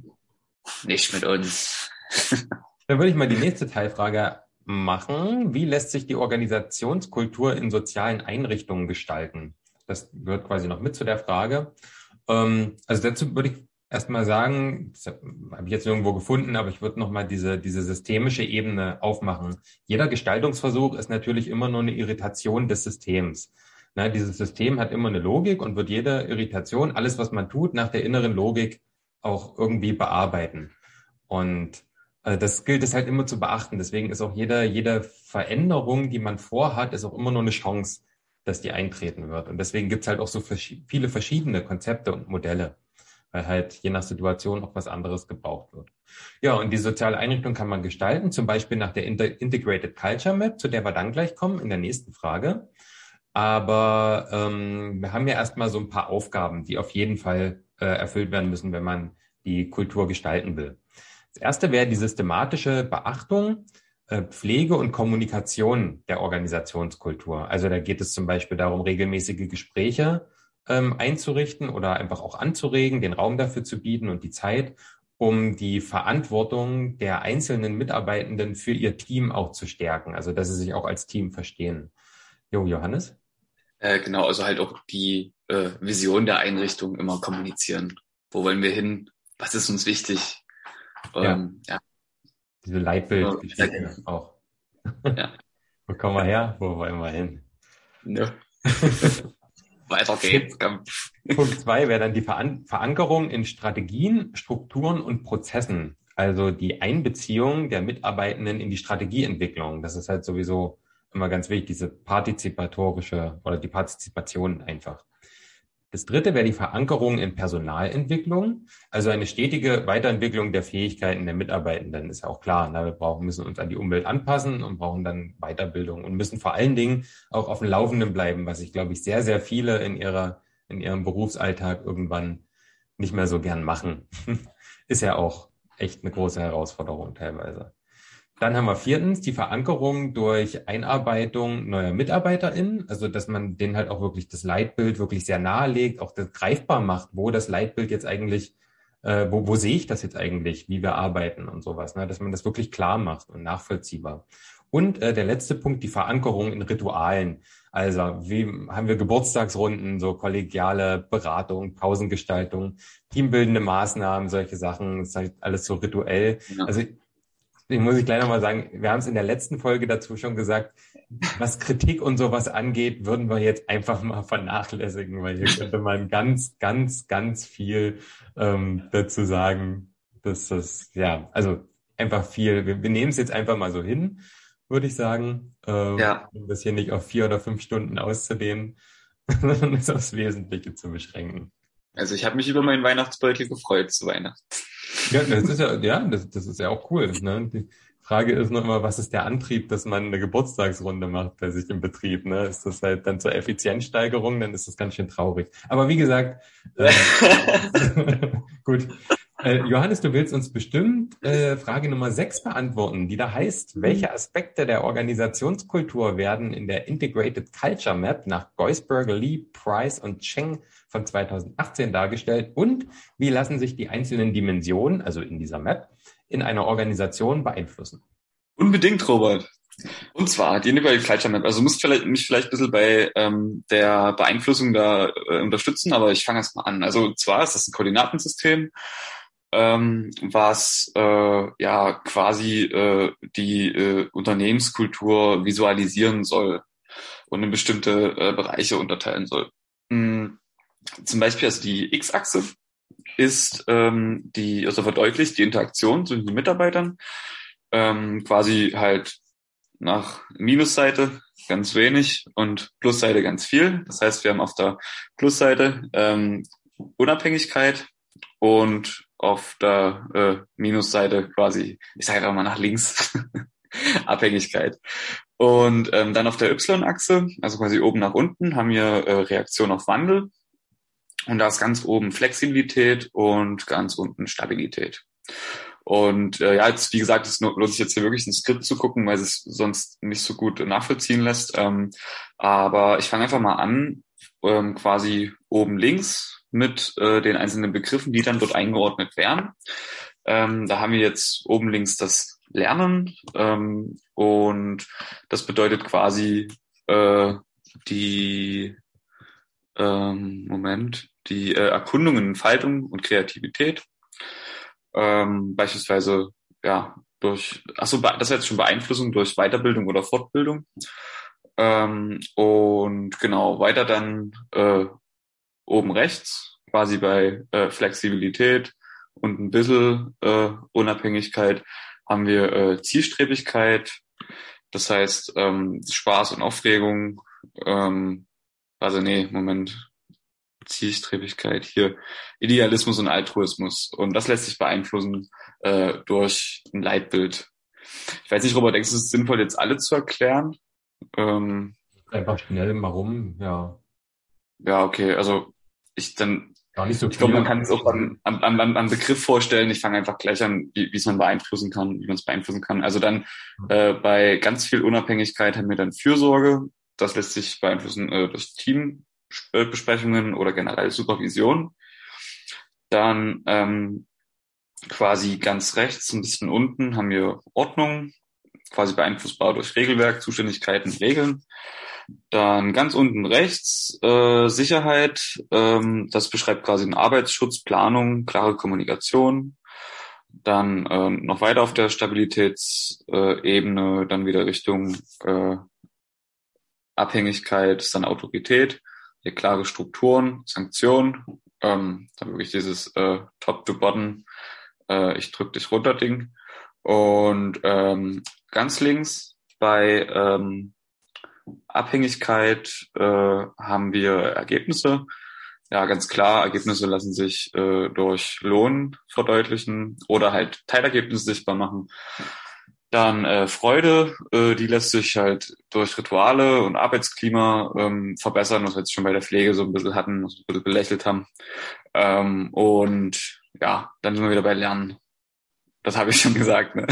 Nicht mit uns. Dann würde ich mal die nächste Teilfrage machen. Wie lässt sich die Organisationskultur in sozialen Einrichtungen gestalten? das gehört quasi noch mit zu der Frage. Ähm, also dazu würde ich erstmal sagen, das habe ich jetzt irgendwo gefunden, aber ich würde nochmal diese, diese systemische Ebene aufmachen. Jeder Gestaltungsversuch ist natürlich immer nur eine Irritation des Systems. Ne, dieses System hat immer eine Logik und wird jede Irritation, alles, was man tut, nach der inneren Logik auch irgendwie bearbeiten. Und äh, das gilt es halt immer zu beachten. Deswegen ist auch jede, jede Veränderung, die man vorhat, ist auch immer nur eine Chance, dass die eintreten wird. Und deswegen gibt's halt auch so vers- viele verschiedene Konzepte und Modelle, weil halt je nach Situation auch was anderes gebraucht wird. Ja, und die soziale Einrichtung kann man gestalten, zum Beispiel nach der Inter- Integrated Culture Map, zu der wir dann gleich kommen in der nächsten Frage. Aber ähm, wir haben ja erstmal so ein paar Aufgaben, die auf jeden Fall äh, erfüllt werden müssen, wenn man die Kultur gestalten will. Das erste wäre die systematische Beachtung, äh, Pflege und Kommunikation der Organisationskultur. Also da geht es zum Beispiel darum, regelmäßige Gespräche ähm, einzurichten oder einfach auch anzuregen, den Raum dafür zu bieten und die Zeit, um die Verantwortung der einzelnen Mitarbeitenden für ihr Team auch zu stärken. Also dass sie sich auch als Team verstehen. Jo, Johannes? Äh, genau, also halt auch die äh, Vision der Einrichtung immer kommunizieren. Wo wollen wir hin? Was ist uns wichtig? Ja, Ähm, ja. diese Ja. Leitbildgeschichte auch. Ja. Wo kommen wir her? Wo wollen wir hin? Ne. Weiter geht's. Komm. Punkt zwei wäre dann die Veran Verankerung in Strategien, Strukturen und Prozessen. Also die Einbeziehung der Mitarbeitenden in die Strategieentwicklung. Das ist halt sowieso immer ganz wichtig, diese partizipatorische oder die Partizipation einfach. Das dritte wäre die Verankerung in Personalentwicklung, also eine stetige Weiterentwicklung der Fähigkeiten der Mitarbeitenden, ist ja auch klar. Ne? Wir brauchen, müssen uns an die Umwelt anpassen und brauchen dann Weiterbildung und müssen vor allen Dingen auch auf dem Laufenden bleiben, was ich glaube ich sehr, sehr viele in ihrer, in ihrem Berufsalltag irgendwann nicht mehr so gern machen. Ist ja auch echt eine große Herausforderung teilweise. Dann haben wir viertens die Verankerung durch Einarbeitung neuer MitarbeiterInnen, also dass man denen halt auch wirklich das Leitbild wirklich sehr nahelegt, auch das greifbar macht, wo das Leitbild jetzt eigentlich, äh, wo, wo sehe ich das jetzt eigentlich, wie wir arbeiten und sowas, ne? Dass man das wirklich klar macht und nachvollziehbar. Und äh, der letzte Punkt, die Verankerung in Ritualen. Also wie haben wir Geburtstagsrunden, so kollegiale Beratung, Pausengestaltung, teambildende Maßnahmen, solche Sachen, das ist halt alles so rituell. Ja. Also ich muss ich gleich nochmal sagen, wir haben es in der letzten Folge dazu schon gesagt, was Kritik und sowas angeht, würden wir jetzt einfach mal vernachlässigen, weil hier könnte man ganz, ganz, ganz viel ähm, dazu sagen, dass das, ja, also einfach viel, wir, wir nehmen es jetzt einfach mal so hin, würde ich sagen, äh, Ja. um das hier nicht auf vier oder fünf Stunden auszudehnen, sondern es aufs Wesentliche zu beschränken. Also ich habe mich über meinen Weihnachtsbeutel gefreut zu Weihnachten. Ja, das ist ja, ja, das, das ist ja auch cool. Ne? Die Frage ist nur immer, was ist der Antrieb, dass man eine Geburtstagsrunde macht bei sich im Betrieb? Ne? Ist das halt dann zur Effizienzsteigerung, dann ist das ganz schön traurig. Aber wie gesagt, ähm, gut. Äh, Johannes, du willst uns bestimmt äh, Frage Nummer sechs beantworten, die da heißt, welche Aspekte der Organisationskultur werden in der Integrated Culture Map nach Geusberger, Lee, Price und Cheng von zweitausendachtzehn dargestellt und wie lassen sich die einzelnen Dimensionen, also in dieser Map, in einer Organisation beeinflussen? Unbedingt, Robert. Und zwar die Integrated Culture Map. Also musst vielleicht, mich vielleicht ein bisschen bei ähm, der Beeinflussung da äh, unterstützen, aber ich fange erst mal an. Also zwar ist das ein Koordinatensystem, ähm, was äh, ja quasi äh, die äh, Unternehmenskultur visualisieren soll und in bestimmte äh, Bereiche unterteilen soll. Mhm. Zum Beispiel also die X-Achse ist ähm, die, also verdeutlicht die Interaktion zwischen den Mitarbeitern, ähm, quasi halt nach Minusseite ganz wenig und Plusseite ganz viel. Das heißt, wir haben auf der Plusseite ähm, Unabhängigkeit und auf der äh, Minusseite quasi, ich sage einfach mal nach links, Abhängigkeit. Und ähm, dann auf der Y-Achse, also quasi oben nach unten, haben wir äh, Reaktion auf Wandel. Und da ist ganz oben Flexibilität und ganz unten Stabilität. Und äh, ja, jetzt wie gesagt, es lohnt sich jetzt hier wirklich ein Skript zu gucken, weil es sonst nicht so gut nachvollziehen lässt. Ähm, aber ich fange einfach mal an, ähm, quasi oben links mit äh, den einzelnen Begriffen, die dann dort eingeordnet werden. Ähm, da haben wir jetzt oben links das Lernen ähm, und das bedeutet quasi äh, die ähm, Moment, die äh, Erkundung, Entfaltung und Kreativität. Ähm, beispielsweise, ja, durch, ach so, be- das ist jetzt schon Beeinflussung durch Weiterbildung oder Fortbildung. Ähm, und genau, weiter dann äh, oben rechts, quasi bei äh, Flexibilität und ein bisschen äh, Unabhängigkeit haben wir äh, Zielstrebigkeit, das heißt ähm, Spaß und Aufregung, ähm, also nee, Moment, Zielstrebigkeit hier, Idealismus und Altruismus. Und das lässt sich beeinflussen äh, durch ein Leitbild. Ich weiß nicht, Robert, denkst du, es ist sinnvoll, jetzt alle zu erklären? Ähm, Einfach schnell mal rum, ja. ja, okay, also ich dann, Gar nicht so ich glaube, man viel. kann es auch am, am, am, am Begriff vorstellen. Ich fange einfach gleich an, wie wie es man beeinflussen kann, wie man es beeinflussen kann. Also dann äh, bei ganz viel Unabhängigkeit haben wir dann Fürsorge. Das lässt sich beeinflussen äh, durch Teambesprechungen oder generell Supervision. Dann ähm, quasi ganz rechts, ein bisschen unten, haben wir Ordnung, quasi beeinflussbar durch Regelwerk, Zuständigkeiten, Regeln. Dann ganz unten rechts äh, Sicherheit, ähm, das beschreibt quasi den Arbeitsschutz, Planung, klare Kommunikation. Dann äh, noch weiter auf der Stabilitätsebene, äh, Ebene, dann wieder Richtung äh, Abhängigkeit, ist dann Autorität, hier klare Strukturen, Sanktionen, ähm, dann wirklich dieses äh, Top-to-Bottom, äh, ich drück dich runter Ding. Und ähm, ganz links bei ähm, Abhängigkeit äh, haben wir Ergebnisse. Ja, ganz klar, Ergebnisse lassen sich äh, durch Lohn verdeutlichen oder halt Teilergebnisse sichtbar machen. Dann äh, Freude, äh, die lässt sich halt durch Rituale und Arbeitsklima ähm, verbessern, was wir jetzt schon bei der Pflege so ein bisschen hatten, was wir ein bisschen belächelt haben. Ähm, und ja, dann sind wir wieder bei Lernen. Das habe ich schon gesagt, ne?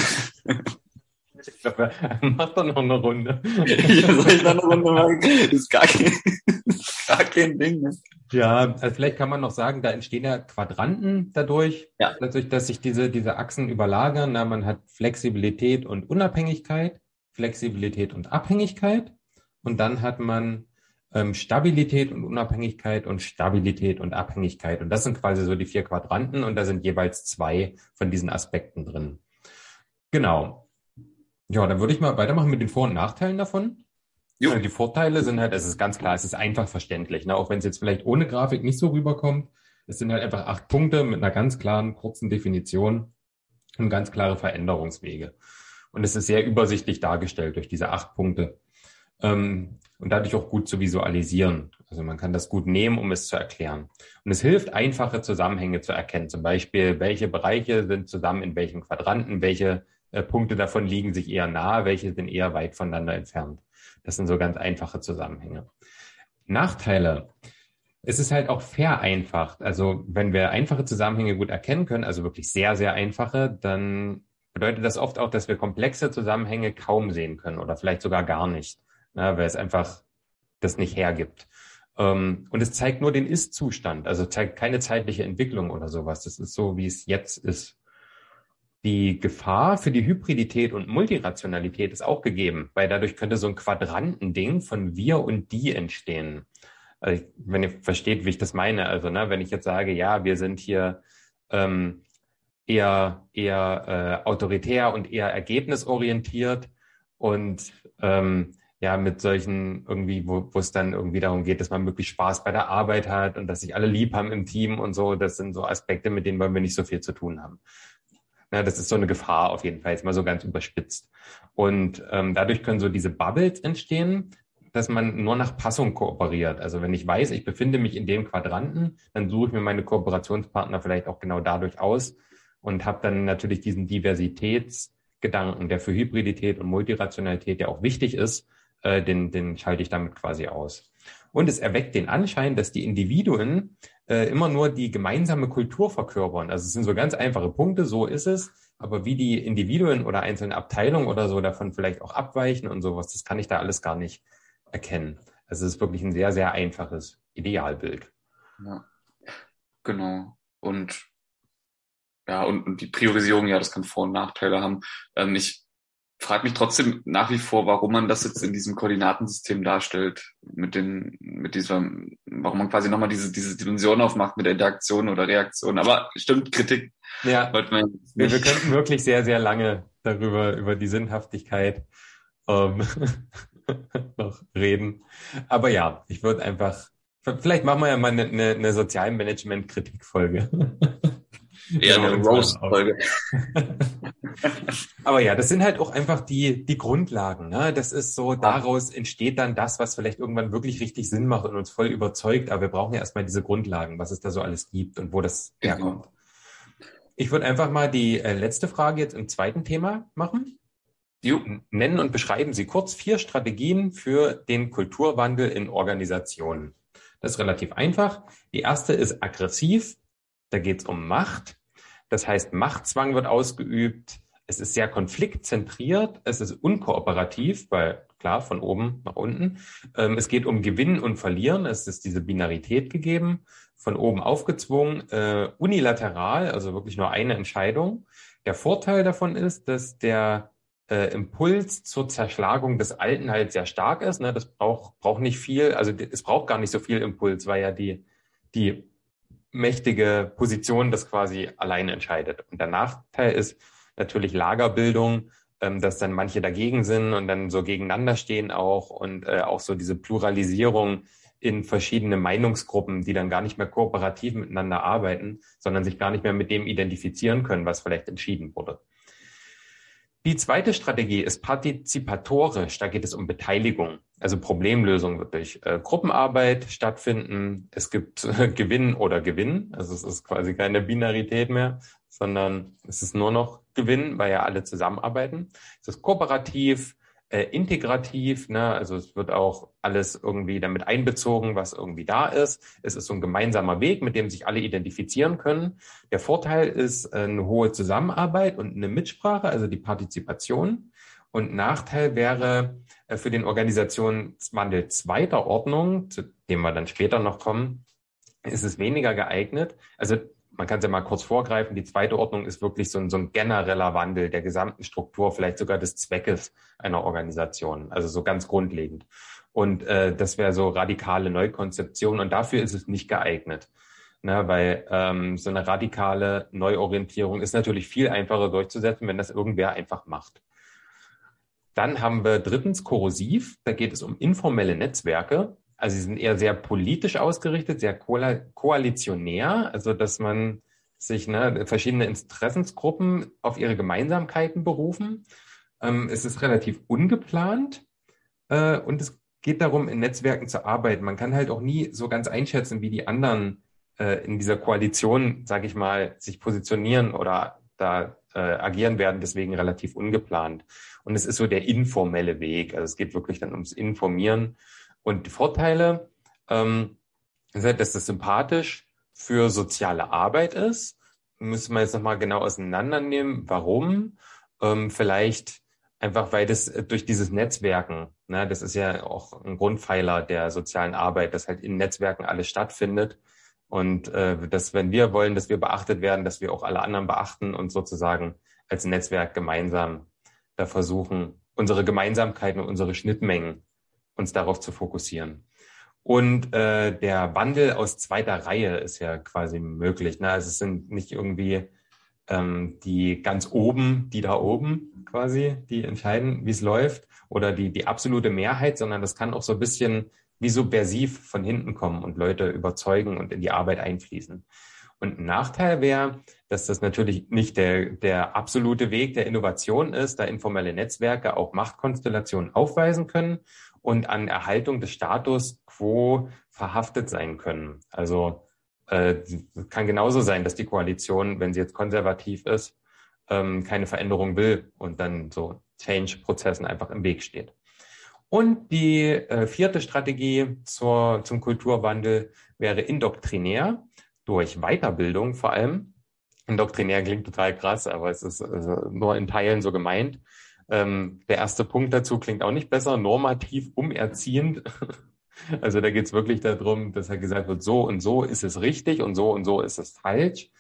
Ich glaube, mach doch noch eine Runde. Ja, soll ich noch eine Runde machen? Das ist gar kein, gar kein Ding, ne? Ja, also vielleicht kann man noch sagen, da entstehen ja Quadranten dadurch, Ja. dadurch, dass sich diese, diese Achsen überlagern. Na, man hat Flexibilität und Unabhängigkeit, Flexibilität und Abhängigkeit. Und dann hat man ähm, Stabilität und Unabhängigkeit und Stabilität und Abhängigkeit. Und das sind quasi so die vier Quadranten und da sind jeweils zwei von diesen Aspekten drin. Genau. Ja, dann würde ich mal weitermachen mit den Vor- und Nachteilen davon. Jo. Die Vorteile sind halt, es ist ganz klar, es ist einfach verständlich, ne? Auch wenn es jetzt vielleicht ohne Grafik nicht so rüberkommt. Es sind halt einfach acht Punkte mit einer ganz klaren, kurzen Definition und ganz klare Veränderungswege. Und es ist sehr übersichtlich dargestellt durch diese acht Punkte. Ähm, und dadurch auch gut zu visualisieren. Also man kann das gut nehmen, um es zu erklären. Und es hilft, einfache Zusammenhänge zu erkennen. Zum Beispiel, welche Bereiche sind zusammen in welchen Quadranten, welche äh, Punkte davon liegen sich eher nahe, welche sind eher weit voneinander entfernt. Das sind so ganz einfache Zusammenhänge. Nachteile. Es ist halt auch vereinfacht. Also wenn wir einfache Zusammenhänge gut erkennen können, also wirklich sehr, sehr einfache, dann bedeutet das oft auch, dass wir komplexe Zusammenhänge kaum sehen können oder vielleicht sogar gar nicht, ne, weil es einfach das nicht hergibt. Und es zeigt nur den Ist-Zustand, also zeigt keine zeitliche Entwicklung oder sowas. Das ist so, wie es jetzt ist. Die Gefahr für die Hybridität und Multirationalität ist auch gegeben, weil dadurch könnte so ein Quadrantending von wir und die entstehen. Also wenn ihr versteht, wie ich das meine, also ne, wenn ich jetzt sage, ja, wir sind hier ähm, eher eher äh, autoritär und eher ergebnisorientiert und ähm, ja mit solchen irgendwie, wo wo es dann irgendwie darum geht, dass man wirklich Spaß bei der Arbeit hat und dass sich alle lieb haben im Team und so, das sind so Aspekte, mit denen wollen wir nicht so viel zu tun haben. Ja, das ist so eine Gefahr auf jeden Fall, jetzt mal so ganz überspitzt. Und ähm, dadurch können so diese Bubbles entstehen, dass man nur nach Passung kooperiert. Also wenn ich weiß, ich befinde mich in dem Quadranten, dann suche ich mir meine Kooperationspartner vielleicht auch genau dadurch aus und habe dann natürlich diesen Diversitätsgedanken, der für Hybridität und Multirationalität ja auch wichtig ist, äh, den, den schalte ich damit quasi aus. Und es erweckt den Anschein, dass die Individuen äh, immer nur die gemeinsame Kultur verkörpern. Also es sind so ganz einfache Punkte, so ist es. Aber wie die Individuen oder einzelne Abteilungen oder so davon vielleicht auch abweichen und sowas, das kann ich da alles gar nicht erkennen. Also es ist wirklich ein sehr, sehr einfaches Idealbild. Ja, genau. Und ja, und, und die Priorisierung, ja, das kann Vor- und Nachteile haben. Ähm, ich frage mich trotzdem nach wie vor, warum man das jetzt in diesem Koordinatensystem darstellt, mit den, mit dieser, warum man quasi nochmal diese, diese Dimension aufmacht mit der Interaktion oder Reaktion. Aber stimmt, Kritik. Ja, wir, wir könnten wirklich sehr, sehr lange darüber, über die Sinnhaftigkeit ähm, noch reden. Aber ja, ich würde einfach, vielleicht machen wir ja mal eine, eine, eine Sozialmanagement-Kritikfolge. Ja, eine Roast-Folge. Aber ja, das sind halt auch einfach die, die Grundlagen, ne? Das ist so, daraus entsteht dann das, was vielleicht irgendwann wirklich richtig Sinn macht und uns voll überzeugt. Aber wir brauchen ja erstmal diese Grundlagen, was es da so alles gibt und wo das Genau. herkommt. Ich würde einfach mal die äh, letzte Frage jetzt im zweiten Thema machen. Jo. Nennen und beschreiben Sie kurz vier Strategien für den Kulturwandel in Organisationen. Das ist relativ einfach. Die erste ist aggressiv. Da geht es um Macht. Das heißt, Machtzwang wird ausgeübt. Es ist sehr konfliktzentriert. Es ist unkooperativ, weil klar, von oben nach unten. Ähm, es geht um Gewinnen und Verlieren. Es ist diese Binarität gegeben, von oben aufgezwungen, äh, unilateral, also wirklich nur eine Entscheidung. Der Vorteil davon ist, dass der äh, Impuls zur Zerschlagung des Alten halt sehr stark ist. Ne? Das braucht braucht nicht viel, also es braucht gar nicht so viel Impuls, weil ja die die mächtige Position das quasi alleine entscheidet. Und der Nachteil ist natürlich Lagerbildung, ähm, dass dann manche dagegen sind und dann so gegeneinander stehen auch und äh, auch so diese Pluralisierung in verschiedene Meinungsgruppen, die dann gar nicht mehr kooperativ miteinander arbeiten, sondern sich gar nicht mehr mit dem identifizieren können, was vielleicht entschieden wurde. Die zweite Strategie ist partizipatorisch. Da geht es um Beteiligung. Also Problemlösung wird durch äh, Gruppenarbeit stattfinden. Es gibt äh, Gewinn oder Gewinn. Also es ist quasi keine Binarität mehr, sondern es ist nur noch Gewinn, weil ja alle zusammenarbeiten. Es ist kooperativ, äh, integrativ. Ne? Also es wird auch alles irgendwie damit einbezogen, was irgendwie da ist. Es ist so ein gemeinsamer Weg, mit dem sich alle identifizieren können. Der Vorteil ist äh, eine hohe Zusammenarbeit und eine Mitsprache, also die Partizipation. Und Nachteil wäre äh, für den Organisationswandel zweiter Ordnung, zu dem wir dann später noch kommen, ist es weniger geeignet. Also man kann es ja mal kurz vorgreifen, die zweite Ordnung ist wirklich so ein, so ein genereller Wandel der gesamten Struktur, vielleicht sogar des Zweckes einer Organisation, also so ganz grundlegend. Und äh, das wäre so radikale Neukonzeption und dafür ist es nicht geeignet. Ne, weil ähm, so eine radikale Neuorientierung ist natürlich viel einfacher durchzusetzen, wenn das irgendwer einfach macht. Dann haben wir drittens korrosiv, da geht es um informelle Netzwerke. Also sie sind eher sehr politisch ausgerichtet, sehr ko- koalitionär, also dass man sich ne, verschiedene Interessensgruppen auf ihre Gemeinsamkeiten berufen. Ähm, es ist relativ ungeplant äh, und es geht darum, in Netzwerken zu arbeiten. Man kann halt auch nie so ganz einschätzen, wie die anderen äh, in dieser Koalition, sage ich mal, sich positionieren oder da äh, agieren werden, deswegen relativ ungeplant. Und es ist so der informelle Weg, also es geht wirklich dann ums Informieren. Und die Vorteile, ähm, ist halt, dass das sympathisch für soziale Arbeit ist. Müssen wir jetzt nochmal genau auseinandernehmen. Warum? Ähm, vielleicht einfach, weil das durch dieses Netzwerken, ne, das ist ja auch ein Grundpfeiler der sozialen Arbeit, dass halt in Netzwerken alles stattfindet. Und äh, dass, wenn wir wollen, dass wir beachtet werden, dass wir auch alle anderen beachten und sozusagen als Netzwerk gemeinsam da versuchen, unsere Gemeinsamkeiten und unsere Schnittmengen uns darauf zu fokussieren. Und äh, der Wandel aus zweiter Reihe ist ja quasi möglich. Ne? Also es sind nicht irgendwie ähm, die ganz oben, die da oben quasi, die entscheiden, wie es läuft, oder die, die absolute Mehrheit, sondern das kann auch so ein bisschen wie subversiv von hinten kommen und Leute überzeugen und in die Arbeit einfließen. Und ein Nachteil wäre, dass das natürlich nicht der, der absolute Weg der Innovation ist, da informelle Netzwerke auch Machtkonstellationen aufweisen können und an Erhaltung des Status quo verhaftet sein können. Also äh, kann genauso sein, dass die Koalition, wenn sie jetzt konservativ ist, ähm, keine Veränderung will und dann so Change-Prozessen einfach im Weg steht. Und die äh, vierte Strategie zur, zum Kulturwandel wäre indoktrinär, durch Weiterbildung vor allem. Indoktrinär klingt total krass, aber es ist also nur in Teilen so gemeint. Ähm, der erste Punkt dazu klingt auch nicht besser, normativ umerziehend. Also da geht es wirklich darum, dass halt gesagt wird, so und so ist es richtig und so und so ist es falsch.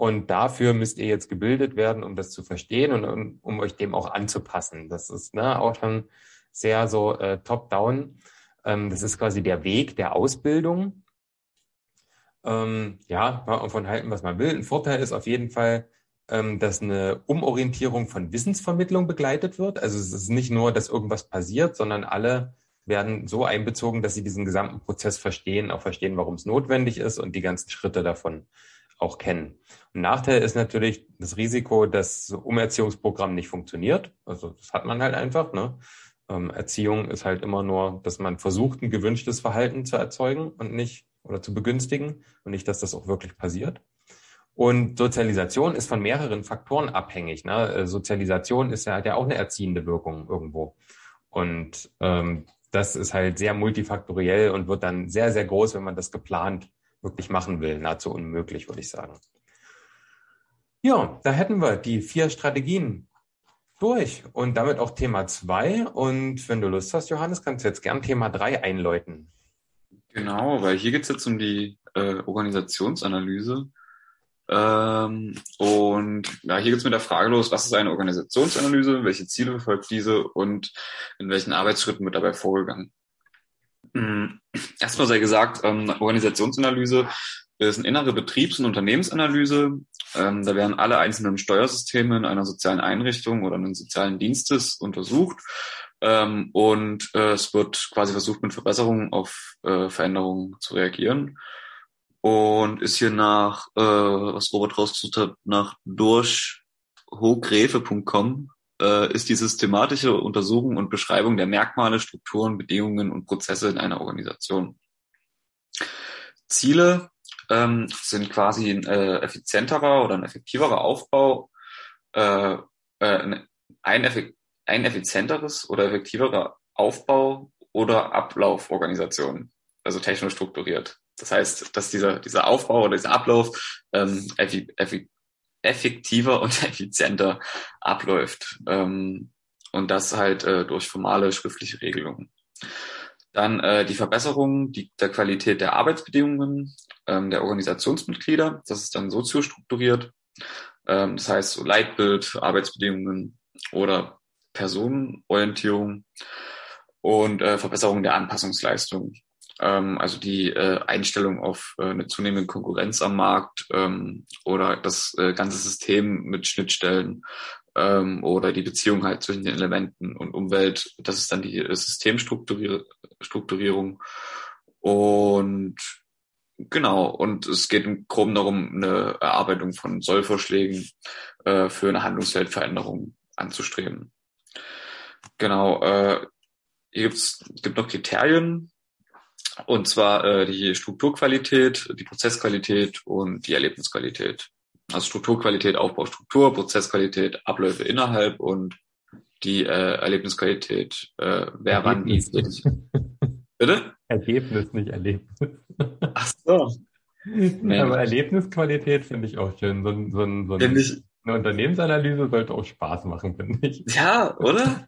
Und dafür müsst ihr jetzt gebildet werden, um das zu verstehen und um, um euch dem auch anzupassen. Das ist ne, auch schon sehr so äh, top-down. Ähm, das ist quasi der Weg der Ausbildung. Ähm, ja, kann man von halten, was man will. Ein Vorteil ist auf jeden Fall, ähm, dass eine Umorientierung von Wissensvermittlung begleitet wird. Also es ist nicht nur, dass irgendwas passiert, sondern alle werden so einbezogen, dass sie diesen gesamten Prozess verstehen, auch verstehen, warum es notwendig ist und die ganzen Schritte davon auch kennen. Ein Nachteil ist natürlich das Risiko, dass so Umerziehungsprogramm nicht funktioniert. Also das hat man halt einfach. Ne? Ähm, Erziehung ist halt immer nur, dass man versucht, ein gewünschtes Verhalten zu erzeugen und nicht oder zu begünstigen und nicht, dass das auch wirklich passiert. Und Sozialisation ist von mehreren Faktoren abhängig. Ne? Sozialisation ist ja, hat ja auch eine erziehende Wirkung irgendwo. Und ähm, das ist halt sehr multifaktoriell und wird dann sehr, sehr groß, wenn man das geplant wirklich machen will. Nahezu unmöglich, würde ich sagen. Ja, da hätten wir die vier Strategien durch und damit auch Thema zwei. Und wenn du Lust hast, Johannes, kannst du jetzt gern Thema drei einläuten. Genau, weil hier geht es jetzt um die äh, Organisationsanalyse. Ähm, und ja, hier geht es mit der Frage los, was ist eine Organisationsanalyse, welche Ziele verfolgt diese und in welchen Arbeitsschritten wird dabei vorgegangen. Erstmal sei gesagt, ähm, Organisationsanalyse ist eine innere Betriebs- und Unternehmensanalyse. Ähm, da werden alle einzelnen Steuersysteme in einer sozialen Einrichtung oder eines sozialen Dienstes untersucht. Ähm, und äh, es wird quasi versucht, mit Verbesserungen auf äh, Veränderungen zu reagieren. Und ist hier nach, äh, was Robert rausgesucht hat, nach durchhogrefe punkt com äh, ist die systematische Untersuchung und Beschreibung der Merkmale, Strukturen, Bedingungen und Prozesse in einer Organisation. Ziele ähm, sind quasi ein äh, effizienterer oder ein effektiverer Aufbau, äh, äh, ein, effi- ein effizienteres oder effektiverer Aufbau oder Ablauforganisation, also technisch strukturiert. Das heißt, dass dieser, dieser Aufbau oder dieser Ablauf ähm, effi- effi- effektiver und effizienter abläuft. Ähm, und das halt äh, durch formale schriftliche Regelungen. Dann äh, die Verbesserung die, der Qualität der Arbeitsbedingungen ähm, der Organisationsmitglieder. Das ist dann soziostrukturiert. Ähm, das heißt so Leitbild, Arbeitsbedingungen oder Personenorientierung und äh, Verbesserung der Anpassungsleistung. Ähm, also die äh, Einstellung auf äh, eine zunehmende Konkurrenz am Markt ähm, oder das äh, ganze System mit Schnittstellen ähm, oder die Beziehung halt zwischen den Elementen und Umwelt. Das ist dann die äh, Systemstrukturierung. Und genau, und es geht im Groben darum, eine Erarbeitung von Sollvorschlägen äh, für eine Handlungsfeldveränderung anzustreben. Genau, äh, hier gibt's, gibt noch Kriterien, und zwar äh, die Strukturqualität, die Prozessqualität und die Erlebnisqualität. Also Strukturqualität, Aufbau, Struktur, Prozessqualität, Abläufe innerhalb und die äh, Erlebnisqualität, äh, wer wann wie tätig. Bitte? Ergebnis, nicht Erlebnis. Ach so. Nee. Aber Erlebnisqualität finde ich auch schön. So, ein, so, ein, so ein, ich, eine Unternehmensanalyse sollte auch Spaß machen, finde ich. Ja, oder?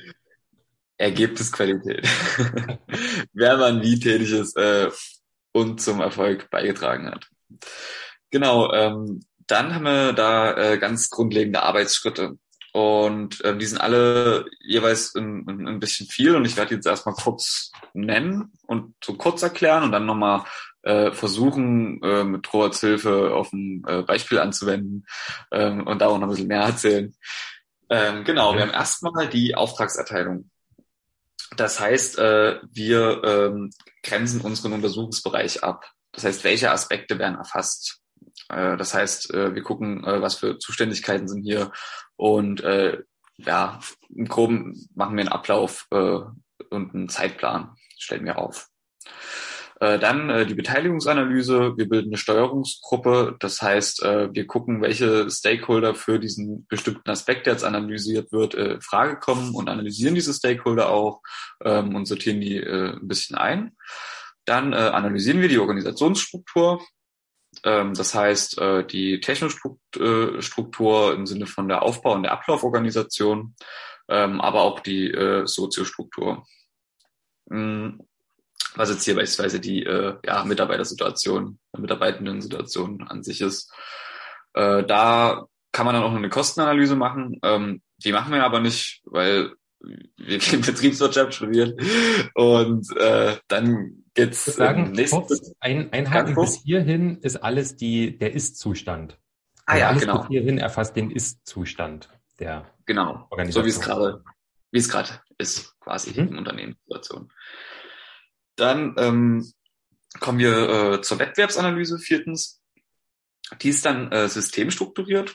Ergebnisqualität. Wer wann wie tätig ist äh, und zum Erfolg beigetragen hat. Genau, ähm, dann haben wir da äh, ganz grundlegende Arbeitsschritte. Und ähm, die sind alle jeweils ein, ein, ein bisschen viel. Und ich werde jetzt erstmal kurz nennen und so kurz erklären und dann nochmal äh, versuchen, äh, mit Roberts Hilfe auf ein äh, Beispiel anzuwenden ähm, und da auch noch ein bisschen mehr erzählen. Ähm, genau, wir haben erstmal die Auftragserteilung. Das heißt, äh, wir ähm, grenzen unseren Untersuchungsbereich ab. Das heißt, welche Aspekte werden erfasst? Äh, das heißt, äh, wir gucken, äh, was für Zuständigkeiten sind hier und äh, ja, im Groben machen wir einen Ablauf äh, und einen Zeitplan, stellen wir auf. Äh, dann äh, die Beteiligungsanalyse. Wir bilden eine Steuerungsgruppe. Das heißt, äh, wir gucken, welche Stakeholder für diesen bestimmten Aspekt, der jetzt analysiert wird, äh, in Frage kommen und analysieren diese Stakeholder auch ähm, und sortieren die äh, ein bisschen ein. Dann äh, analysieren wir die Organisationsstruktur. Ähm, das heißt, äh, die Technostruktur im Sinne von der Aufbau- und der Ablauforganisation, ähm, aber auch die äh, Soziostruktur. Mhm. Was jetzt hier beispielsweise die äh, ja, Mitarbeitersituation, Mitarbeitendensituation an sich ist. Äh, da kann man dann auch noch eine Kostenanalyse machen. Ähm, die machen wir aber nicht, weil wir Betriebswirtschaft studieren. Und äh, dann geht's Ich würde im sagen, nächsten kurz ein, ganz einhaken, bis kurz. hierhin ist alles die, der Ist-Zustand. Ah Also ja, alles bis genau, hierhin erfasst den Ist-Zustand der genau. So wie es Organisation. gerade, wie es gerade ist, quasi Mhm. in Unternehmenssituation. Dann ähm, kommen wir äh, zur Wettbewerbsanalyse, viertens. Die ist dann äh, systemstrukturiert.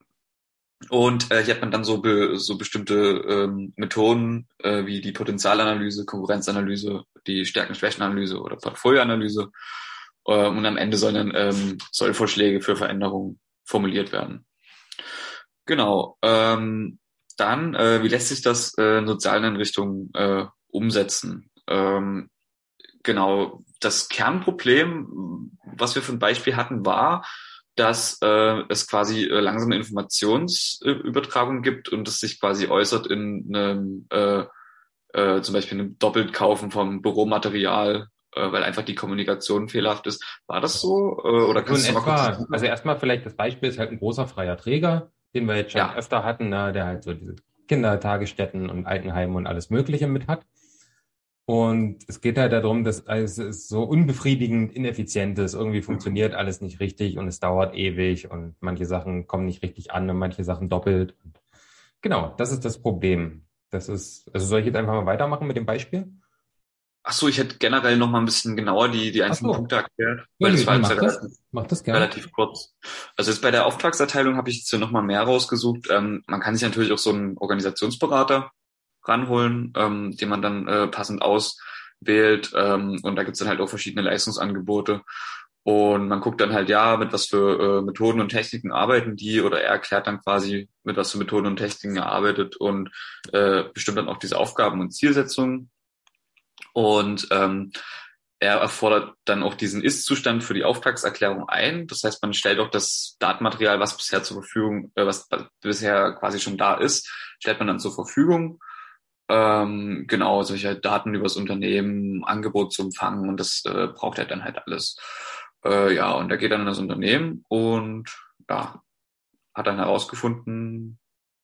Und äh, hier hat man dann so, be, so bestimmte ähm, Methoden äh, wie die Potenzialanalyse, Konkurrenzanalyse, die Stärken-Schwächen-Analyse oder Portfolioanalyse. Äh, und am Ende sollen dann ähm, Sollvorschläge für Veränderungen formuliert werden. Genau. Ähm, dann, äh, wie lässt sich das äh, in sozialen Einrichtungen äh, umsetzen? Ähm, genau. Das Kernproblem, was wir für ein Beispiel hatten, war, dass äh, es quasi äh, langsame Informationsübertragung gibt und es sich quasi äußert in einem äh, äh, zum Beispiel einem Doppeltkaufen vom Büromaterial, äh, weil einfach die Kommunikation fehlerhaft ist. War das so? Äh, oder So in kannst du noch mal kurz etwa, also zusammenfassen? erstmal vielleicht das Beispiel ist halt ein großer freier Träger, den wir jetzt schon Ja, öfter hatten, ne, der halt so diese Kindertagesstätten und Altenheime und alles Mögliche mit hat. Und es geht halt darum, dass es ist so unbefriedigend ineffizient ist. Irgendwie funktioniert alles nicht richtig und es dauert ewig und manche Sachen kommen nicht richtig an und manche Sachen doppelt. Genau, das ist das Problem. Das ist, also soll ich jetzt einfach mal weitermachen mit dem Beispiel? ach so, ich hätte generell noch mal ein bisschen genauer die, die Ach einzelnen so. Punkte erklärt, Ja, weil nö, das war dann jetzt ja mach das. relativ, Mach das gern. relativ kurz. Also jetzt bei der Auftragserteilung habe ich jetzt hier noch mal mehr rausgesucht. Ähm, man kann sich natürlich auch so einen Organisationsberater ranholen, ähm, den man dann äh, passend auswählt. Ähm, und da gibt's dann halt auch verschiedene Leistungsangebote. Und man guckt dann halt, ja, mit was für äh, Methoden und Techniken arbeiten die, oder er erklärt dann quasi, mit was für Methoden und Techniken er arbeitet und äh, bestimmt dann auch diese Aufgaben und Zielsetzungen. Und ähm, er erfordert dann auch diesen Ist-Zustand für die Auftragserklärung ein. Das heißt, man stellt auch das Datenmaterial, was bisher zur Verfügung, äh, was bisher quasi schon da ist, stellt man dann zur Verfügung. Ähm, genau, solche Daten über das Unternehmen, Angebot zu empfangen, und das äh, braucht er dann halt alles. Äh, ja, und er geht dann in das Unternehmen und ja, hat dann herausgefunden,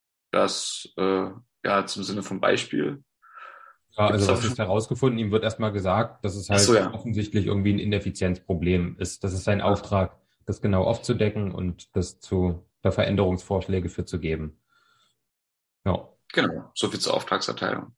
dass äh, ja zum Sinne vom Beispiel Ja, gibt's also da was schon. ist herausgefunden? Ihm wird erstmal gesagt, dass es Ach so, halt ja. offensichtlich irgendwie ein Ineffizienzproblem ist. Das ist sein Ja, Auftrag, das genau aufzudecken und das zu da Veränderungsvorschläge für zu geben. Ja. genau, so viel zur Auftragserteilung.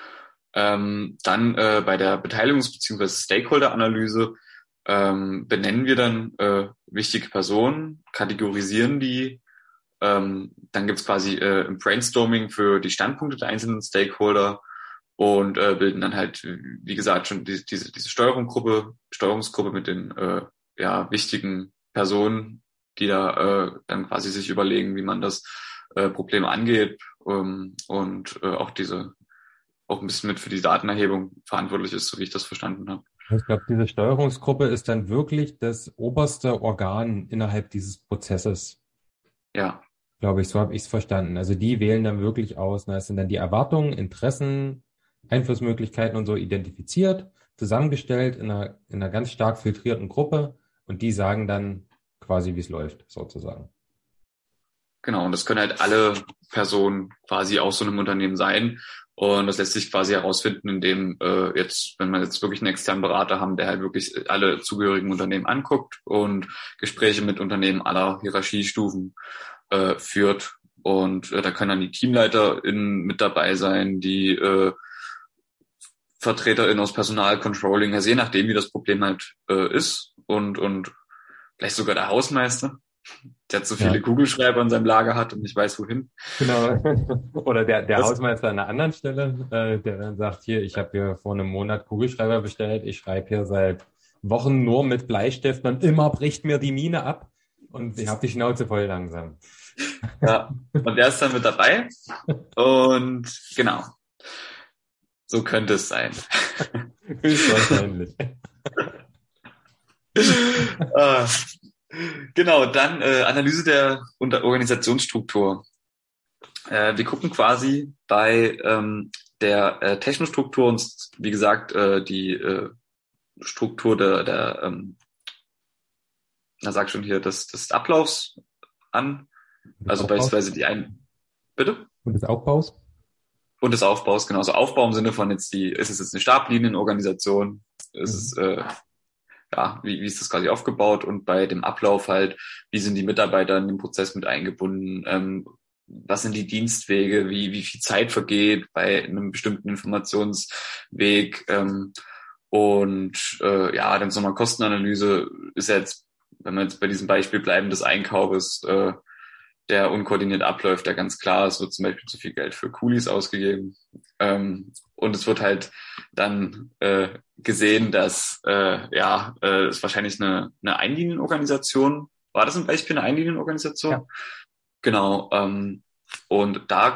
Ähm, dann äh, bei der Beteiligungs- bzw. Stakeholder-Analyse ähm, benennen wir dann äh, wichtige Personen, kategorisieren die. Ähm, dann gibt's quasi äh, ein Brainstorming für die Standpunkte der einzelnen Stakeholder und äh, bilden dann halt, wie gesagt, schon die, diese, diese Steuerungsgruppe, Steuerungsgruppe mit den äh, ja, wichtigen Personen, die da äh, dann quasi sich überlegen, wie man das äh, Problem angeht, ähm, und äh, auch diese auch ein bisschen mit für die Datenerhebung verantwortlich ist, so wie ich das verstanden habe. Ich glaube, diese Steuerungsgruppe ist dann wirklich das oberste Organ innerhalb dieses Prozesses, Ja, glaube ich. So habe ich es verstanden. Also die wählen dann wirklich aus. Ne? Es sind dann die Erwartungen, Interessen, Einflussmöglichkeiten und so identifiziert, zusammengestellt in einer, in einer ganz stark filtrierten Gruppe und die sagen dann quasi, wie es läuft, sozusagen. genau. Und das können halt alle Personen quasi aus so einem Unternehmen sein. Und das lässt sich quasi herausfinden, indem äh, jetzt, wenn wir jetzt wirklich einen externen Berater haben, der halt wirklich alle zugehörigen Unternehmen anguckt und Gespräche mit Unternehmen aller Hierarchiestufen äh, führt. Und äh, da können dann die TeamleiterInnen mit dabei sein, die äh, VertreterInnen aus Personalcontrolling, also je nachdem, wie das Problem halt äh, ist. Und, und vielleicht sogar der Hausmeister, der zu viele Ja, Kugelschreiber in seinem Lager hat und nicht weiß, wohin. genau. Oder der, der Das, Hausmeister an einer anderen Stelle, äh, der dann sagt, hier, ich habe hier vor einem Monat Kugelschreiber bestellt, ich schreibe hier seit Wochen nur mit Bleistift und immer bricht mir die Mine ab und ich habe die Schnauze voll langsam. ja. Und der ist dann mit dabei. Und genau, so könnte es sein. Höchstwahrscheinlich. äh, genau, dann äh, Analyse der Unter- Organisationsstruktur. Äh, wir gucken quasi bei ähm, der äh, Technostruktur uns, wie gesagt, äh, die äh, Struktur der, der ähm, na sag schon hier, des, des Ablaufs an. Des Also Aufbaus? beispielsweise die ein, bitte? Und des Aufbaus? Und des Aufbaus, genau. Also Aufbau im Sinne von jetzt die, ist es jetzt eine Stablienenorganisation? Ist es, Mhm. äh, ja, wie, wie ist das quasi aufgebaut? Und bei dem Ablauf halt, wie sind die Mitarbeiter in den Prozess mit eingebunden? Ähm, was sind die Dienstwege? Wie, wie viel Zeit vergeht bei einem bestimmten Informationsweg? Ähm, und äh, ja, dann so eine Kostenanalyse ist ja jetzt, wenn wir jetzt bei diesem Beispiel bleiben, des Einkaufes, äh, der unkoordiniert abläuft, der ganz klar, es wird zum Beispiel zu viel Geld für Coolies ausgegeben. Ähm, und es wird halt dann äh, gesehen, dass äh, ja äh, es wahrscheinlich eine, eine Einlinienorganisation, war das ein Beispiel, eine Einlinienorganisation? Ja. Genau. Ähm, und da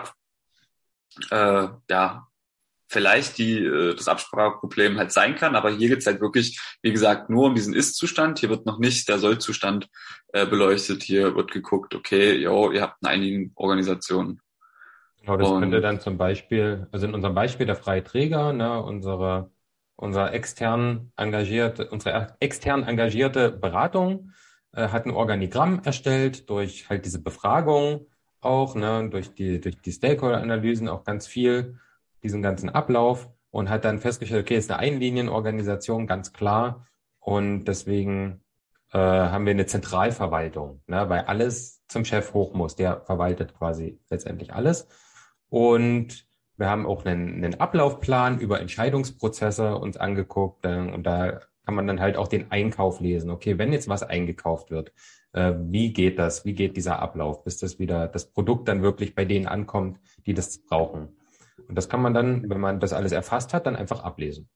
äh, ja vielleicht die äh, das Abspracheproblem halt sein kann, aber hier geht's halt wirklich, wie gesagt, nur um diesen Ist-Zustand. Hier wird noch nicht der Soll-Zustand äh, beleuchtet. Hier wird geguckt, okay, jo, ihr habt eine Einlienenorganisation. Genau, das könnte Und dann zum Beispiel, also in unserem Beispiel der freie Träger, ne, unsere, unser extern engagierte, unsere extern engagierte Beratung äh, hat ein Organigramm erstellt durch halt diese Befragung auch, ne, durch die, durch die Stakeholder-Analysen auch ganz viel, diesen ganzen Ablauf und hat dann festgestellt, okay, ist eine Einlinienorganisation, ganz klar. Und deswegen äh, haben wir eine Zentralverwaltung, ne, weil alles zum Chef hoch muss. Der verwaltet quasi letztendlich alles. Und wir haben auch einen, einen Ablaufplan über Entscheidungsprozesse uns angeguckt. äh, Und da kann man dann halt auch den Einkauf lesen. Okay, wenn jetzt was eingekauft wird, äh, wie geht das? Wie geht dieser Ablauf, bis das wieder, das Produkt dann wirklich bei denen ankommt, die das brauchen? Und das kann man dann, wenn man das alles erfasst hat, dann einfach ablesen.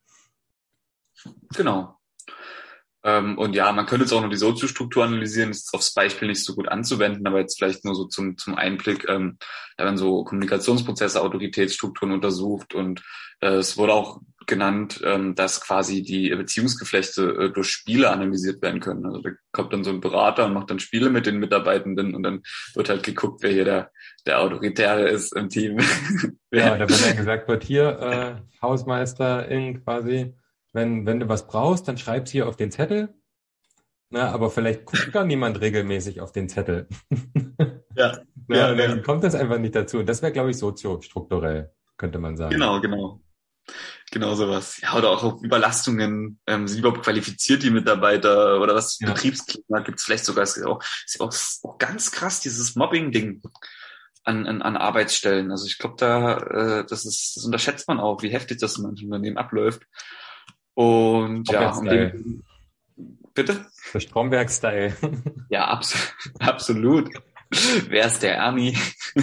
genau. Ähm, und ja, man könnte jetzt auch noch die Soziostruktur analysieren, das ist aufs Beispiel nicht so gut anzuwenden, aber jetzt vielleicht nur so zum, zum Einblick, ähm, da werden so Kommunikationsprozesse, Autoritätsstrukturen untersucht und äh, es wurde auch genannt, ähm, dass quasi die Beziehungsgeflechte äh, durch Spiele analysiert werden können. Also da kommt dann so ein Berater und macht dann Spiele mit den Mitarbeitenden und dann wird halt geguckt, wer hier der, der Autoritäre ist im Team. Ja, da wenn dann gesagt wird, hier, äh, Hausmeisterin quasi, wenn, wenn du was brauchst, dann schreib's hier auf den Zettel. Na, aber vielleicht guckt gar niemand regelmäßig auf den Zettel. Ja, Na, ja, und dann ja. kommt das einfach nicht dazu. Und das wäre, glaube ich, soziostrukturell, könnte man sagen. Genau, genau. Genau sowas. Ja, oder auch auf Überlastungen, ähm, sind überhaupt qualifiziert die Mitarbeiter oder was Ja. Betriebsklima gibt es vielleicht sogar, ist auch, ist auch, auch ganz krass, dieses Mobbing-Ding an, an, an Arbeitsstellen. Also ich glaube, da, äh, das ist, das unterschätzt man auch, wie heftig das in manchen Unternehmen abläuft. Und ja, um Stromberg-Style. dem, bitte? Der Stromberg-Style. Ja, abs absolut. Wer ist der Ernie?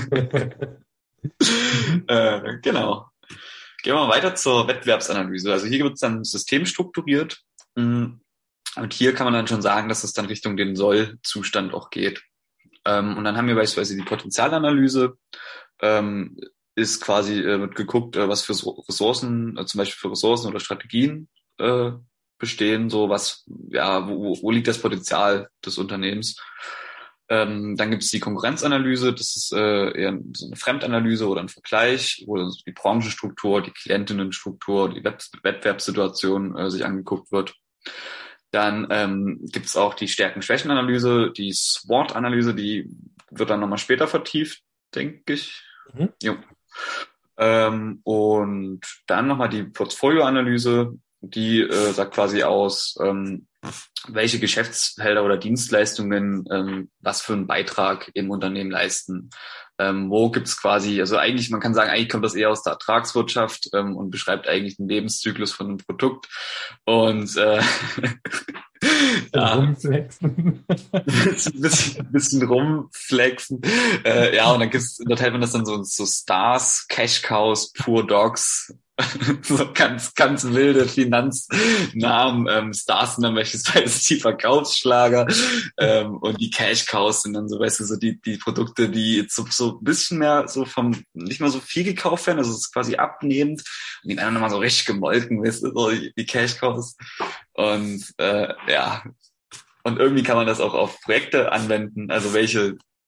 äh, genau. Gehen wir mal weiter zur Wettbewerbsanalyse. Also hier wird es dann systemstrukturiert. Und hier kann man dann schon sagen, dass es dann Richtung den Soll-Zustand auch geht. Und dann haben wir beispielsweise die Potenzialanalyse. Ist quasi, wird geguckt, was für Ressourcen, zum Beispiel für Ressourcen oder Strategien bestehen. So was, ja, wo, wo liegt das Potenzial des Unternehmens? Ähm, dann gibt es die Konkurrenzanalyse, das ist äh, eher so eine Fremdanalyse oder ein Vergleich, wo dann die Branchenstruktur, die Klientinnenstruktur, die Web Wettbewerbssituation äh, sich angeguckt wird. Dann ähm, gibt es auch die Stärken-Schwächen-Analyse, die SWOT-Analyse, die wird dann nochmal später vertieft, denke ich. Mhm. Jo. Ähm, und dann nochmal die Portfolioanalyse, die äh, sagt quasi aus, ähm, welche Geschäftsfelder oder Dienstleistungen ähm, was für einen Beitrag im Unternehmen leisten. Ähm, wo gibt's quasi, also eigentlich, man kann sagen, eigentlich kommt das eher aus der Ertragswirtschaft ähm, und beschreibt eigentlich den Lebenszyklus von einem Produkt. Und äh, ja, rumflexen. ein bisschen, bisschen rumflexen. Äh, ja, und dann gibt's, dort hält man das dann so, so Stars, Cash Cows, Poor Dogs, so ganz, ganz wilde Finanznamen. Ähm, Stars sind dann beispielsweise die Verkaufsschlager ähm, und die Cash Cows sind dann so, weißt du, so die, die Produkte, die jetzt so, so ein bisschen mehr so vom, nicht mal so viel gekauft werden, also es ist quasi abnehmend und die werden dann nochmal so richtig gemolken, weißt du, so die Cash Cows. Und äh, ja, und irgendwie kann man das auch auf Projekte anwenden, also welche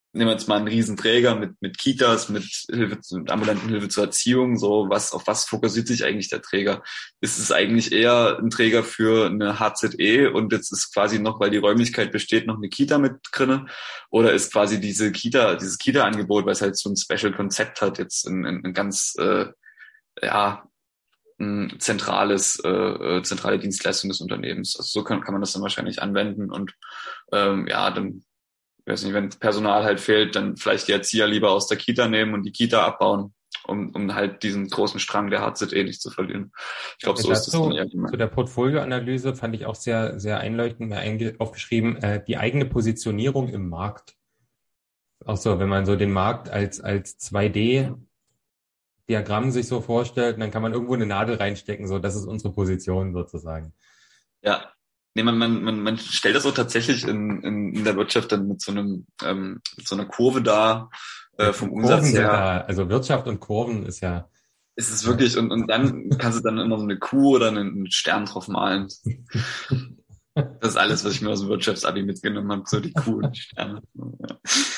nehmen wir jetzt mal einen Riesenträger mit, mit Kitas, mit Hilfe, mit ambulanten Hilfe zur Erziehung, so was, auf was fokussiert sich eigentlich der Träger? Ist es eigentlich eher ein Träger für eine H Z E und jetzt ist quasi noch, weil die Räumlichkeit besteht, noch eine Kita mit drinne? Oder ist quasi diese Kita, dieses Kita-Angebot, weil es halt so ein Special-Konzept hat, jetzt ein, ein, ein ganz, äh, ja, ein zentrales, äh, zentrale Dienstleistung des Unternehmens. Also so kann, kann man das dann wahrscheinlich anwenden und, ähm, ja, dann, ich weiß nicht, wenn Personal halt fehlt, dann vielleicht die Erzieher lieber aus der Kita nehmen und die Kita abbauen, um, um halt diesen großen Strang der H Z E nicht zu verlieren. Ich glaube, so Ja, ist das dann eher zu der Portfolioanalyse fand ich auch sehr, sehr einleuchtend, mir einge- aufgeschrieben, äh, die eigene Positionierung im Markt. Auch so, wenn man so den Markt als, als zwei D-Diagramm sich so vorstellt, dann kann man irgendwo eine Nadel reinstecken, so, das ist unsere Position sozusagen. Ja. Nee, man, man, man, man stellt das so tatsächlich in, in, in der Wirtschaft dann mit so einem, ähm, mit so einer Kurve dar, äh, vom Kurven Umsatz sind her. da, also Wirtschaft und Kurven ist ja, Ist es wirklich, und, und dann kannst du dann immer so eine Kuh oder einen Stern drauf malen. Das ist alles, was ich mir aus dem Wirtschaftsabi mitgenommen habe, so die Kuh und die Sterne. Ja.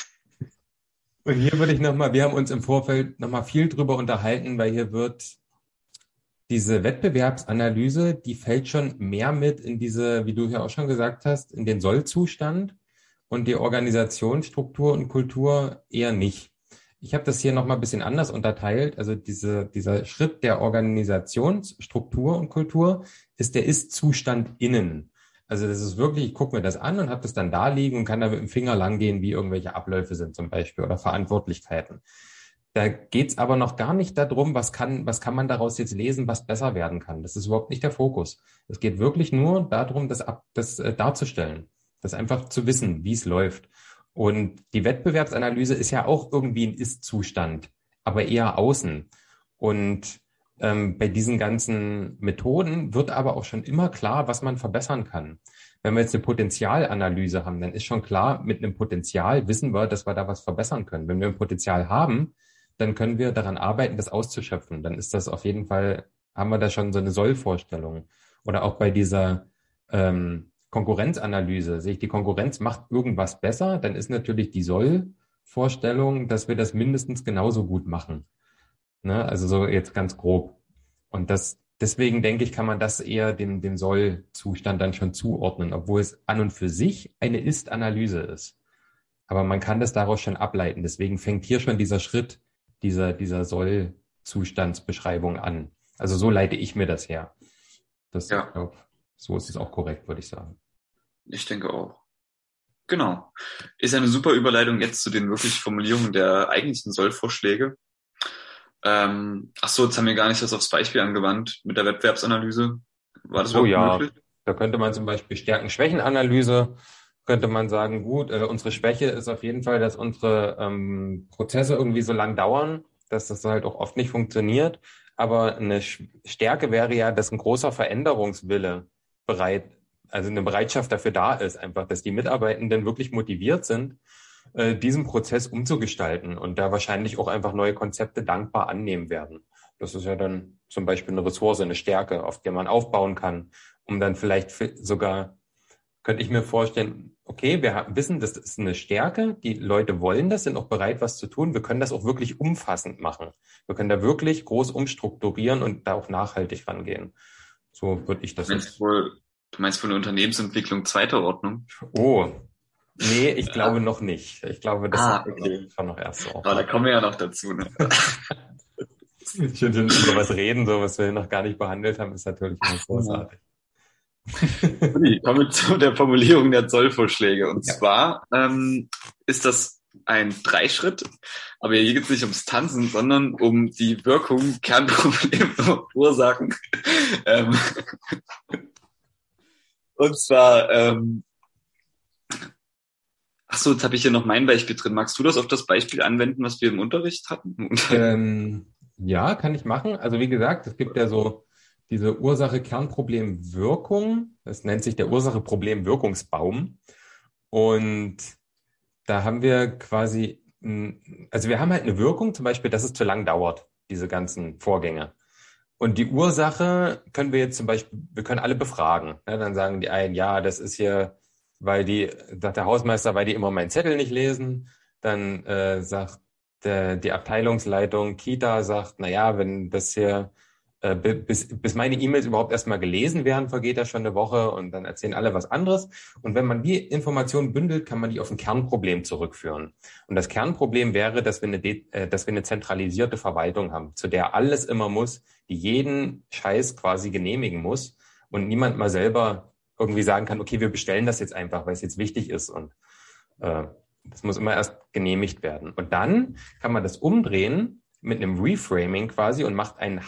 Und hier würde ich nochmal, wir haben uns im Vorfeld nochmal viel drüber unterhalten, weil hier wird diese Wettbewerbsanalyse, die fällt schon mehr mit in diese, wie du ja auch schon gesagt hast, in den Sollzustand und die Organisationsstruktur und Kultur eher nicht. Ich habe das hier nochmal ein bisschen anders unterteilt. Also diese, dieser Schritt der Organisationsstruktur und Kultur ist der Ist-Zustand innen. Also das ist wirklich, ich gucke mir das an und habe das dann da liegen und kann da mit dem Finger langgehen, wie irgendwelche Abläufe sind zum Beispiel oder Verantwortlichkeiten. Da geht's aber noch gar nicht darum, was kann, was kann man daraus jetzt lesen, was besser werden kann. Das ist überhaupt nicht der Fokus. Es geht wirklich nur darum, das, ab, das äh, darzustellen, das einfach zu wissen, wie es läuft. Und die Wettbewerbsanalyse ist ja auch irgendwie ein Ist-Zustand, aber eher außen. Und ähm, bei diesen ganzen Methoden wird aber auch schon immer klar, was man verbessern kann. Wenn wir jetzt eine Potenzialanalyse haben, dann ist schon klar, mit einem Potenzial wissen wir, dass wir da was verbessern können. Wenn wir ein Potenzial haben, dann können wir daran arbeiten, das auszuschöpfen. Dann ist das auf jeden Fall, haben wir da schon so eine Soll-Vorstellung. Oder auch bei dieser ähm, Konkurrenzanalyse, sehe ich, die Konkurrenz macht irgendwas besser, dann ist natürlich die Soll-Vorstellung, dass wir das mindestens genauso gut machen. Ne? Also so jetzt ganz grob. Und das, deswegen denke ich, kann man das eher dem, dem Soll-Zustand dann schon zuordnen, obwohl es an und für sich eine Ist-Analyse ist. Aber man kann das daraus schon ableiten. Deswegen fängt hier schon dieser Schritt dieser, dieser Soll-Zustandsbeschreibung an. Also so leite ich mir das her. Das, Ja. ich glaub, so ist es auch korrekt, würde ich sagen. Ich denke auch. Genau. Ist eine super Überleitung jetzt zu den wirklich Formulierungen der eigentlichen Sollvorschläge. Ähm, ach so, jetzt haben wir gar nicht das aufs Beispiel angewandt mit der Wettbewerbsanalyse. War das Oh überhaupt ja, möglich? da könnte man zum Beispiel Stärken-Schwächen-Analyse, könnte man sagen, gut, äh, unsere Schwäche ist auf jeden Fall, dass unsere ähm, Prozesse irgendwie so lang dauern, dass das halt auch oft nicht funktioniert. Aber eine Sch- Stärke wäre ja, dass ein großer Veränderungswille bereit, also eine Bereitschaft dafür da ist, einfach, dass die Mitarbeitenden wirklich motiviert sind, äh, diesen Prozess umzugestalten und da wahrscheinlich auch einfach neue Konzepte dankbar annehmen werden. Das ist ja dann zum Beispiel eine Ressource, eine Stärke, auf der man aufbauen kann, um dann vielleicht fi- sogar, könnte ich mir vorstellen, okay, wir haben, wissen, das ist eine Stärke, die Leute wollen das, sind auch bereit, was zu tun. Wir können das auch wirklich umfassend machen. Wir können da wirklich groß umstrukturieren und da auch nachhaltig rangehen. So würde ich das Du meinst jetzt. wohl, du meinst wohl eine Unternehmensentwicklung zweiter Ordnung? Oh, nee, ich glaube noch nicht. Ich glaube, das Ah, ist okay. schon noch erst so. Aber da kommen wir ja noch dazu. Ne? Schön, schön über was reden, so was wir noch gar nicht behandelt haben, ist natürlich immer großartig. Uli, kommen wir zu der Formulierung der Zollvorschläge. Und Ja. zwar ähm, ist das ein Dreischritt, aber hier geht es nicht ums Tanzen, sondern um die Wirkung, Kernprobleme, Ursachen. ähm, und zwar, ähm, ach so, jetzt habe ich hier noch mein Beispiel drin. Magst du das auf das Beispiel anwenden, was wir im Unterricht hatten? Ähm, ja, kann ich machen. Also wie gesagt, es gibt ja so diese Ursache-Kernproblem-Wirkung. Das nennt sich der Ursache-Problem-Wirkungsbaum. Und da haben wir quasi, mh, also wir haben halt eine Wirkung, zum Beispiel, dass es zu lang dauert, diese ganzen Vorgänge. Und die Ursache können wir jetzt zum Beispiel, wir können alle befragen. Ne? Dann sagen die einen, ja, das ist hier, weil die, sagt der Hausmeister, weil die immer meinen Zettel nicht lesen. Dann äh, sagt der, die Abteilungsleitung Kita sagt, na ja, wenn das hier äh, bis, bis meine E-Mails überhaupt erstmal gelesen werden, vergeht ja schon eine Woche und dann erzählen alle was anderes. Und wenn man die Informationen bündelt, kann man die auf ein Kernproblem zurückführen. Und das Kernproblem wäre, dass wir eine, äh, dass wir eine zentralisierte Verwaltung haben, zu der alles immer muss, die jeden Scheiß quasi genehmigen muss und niemand mal selber irgendwie sagen kann, okay, wir bestellen das jetzt einfach, weil es jetzt wichtig ist und äh, das muss immer erst genehmigt werden. Und dann kann man das umdrehen mit einem Reframing quasi und macht einen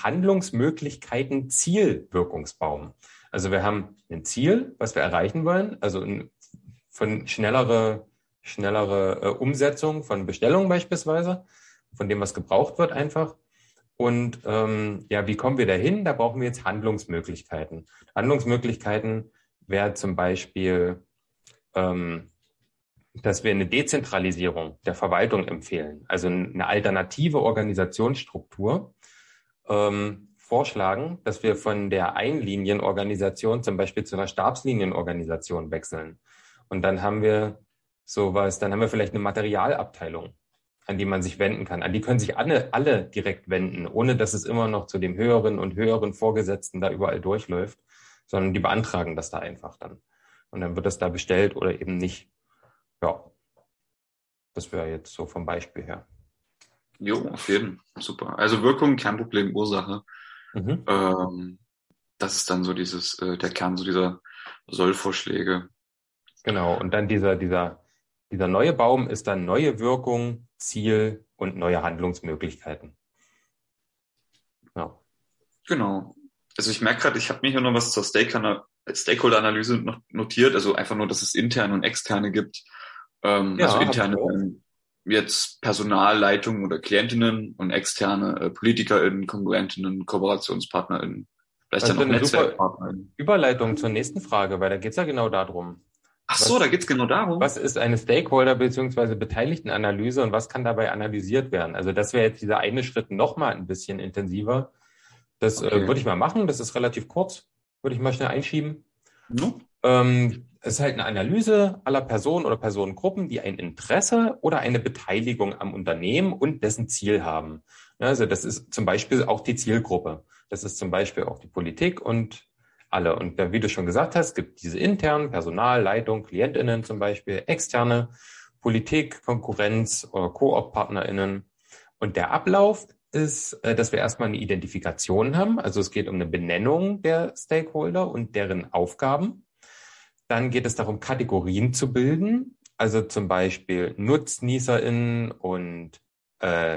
Handlungsmöglichkeiten-Zielwirkungsbaum. Also wir haben ein Ziel, was wir erreichen wollen, also ein, von schnellere, schnellere äh, Umsetzung von Bestellungen beispielsweise, von dem, was gebraucht wird einfach. Und ähm, ja, wie kommen wir dahin? Da brauchen wir jetzt Handlungsmöglichkeiten. Handlungsmöglichkeiten wäre zum Beispiel ähm, dass wir eine Dezentralisierung der Verwaltung empfehlen, also eine alternative Organisationsstruktur ähm, vorschlagen, dass wir von der Einlinienorganisation zum Beispiel zu einer Stabslinienorganisation wechseln. Und dann haben wir sowas, dann haben wir vielleicht eine Materialabteilung, an die man sich wenden kann. An die können sich alle, alle direkt wenden, ohne dass es immer noch zu dem höheren und höheren Vorgesetzten da überall durchläuft, sondern die beantragen das da einfach dann. Und dann wird das da bestellt oder eben nicht. Ja, das wäre jetzt so vom Beispiel her. Jo, auf jeden Fall. Super. Also Wirkung, Kernproblem, Ursache. Mhm. Ähm, das ist dann so dieses, äh, der Kern so dieser Sollvorschläge. Genau, und dann dieser, dieser, dieser neue Baum ist dann neue Wirkung, Ziel und neue Handlungsmöglichkeiten. Ja. Genau. Also ich merke gerade, ich habe mir hier noch was zur Stakeholder-Analyse noch notiert, also einfach nur, dass es interne und externe gibt. Ähm, Ja, also interne ähm, jetzt Personalleitung oder Klientinnen und externe äh, PolitikerInnen, KonkurrentInnen, KooperationspartnerInnen, vielleicht also dann noch eine super NetzwerkpartnerInnen. Überleitung zur nächsten Frage, weil da geht es ja genau darum. Ach so, Was, da geht's genau darum. was ist eine Stakeholder- bzw. Beteiligtenanalyse und was kann dabei analysiert werden? Also das wäre jetzt dieser eine Schritt nochmal ein bisschen intensiver. Das Okay. äh, würde ich mal machen. Das ist relativ kurz. Würde ich mal schnell einschieben. No? Ähm, es ist halt eine Analyse aller Personen oder Personengruppen, die ein Interesse oder eine Beteiligung am Unternehmen und dessen Ziel haben. Also das ist zum Beispiel auch die Zielgruppe. Das ist zum Beispiel auch die Politik und alle. Und wie du schon gesagt hast, gibt diese internen Personal, Leitung, KlientInnen zum Beispiel, externe Politik, Konkurrenz oder Koop-PartnerInnen. Und der Ablauf ist, dass wir erstmal eine Identifikation haben. Also es geht um eine Benennung der Stakeholder und deren Aufgaben. Dann geht es darum, Kategorien zu bilden, also zum Beispiel NutznießerInnen und äh,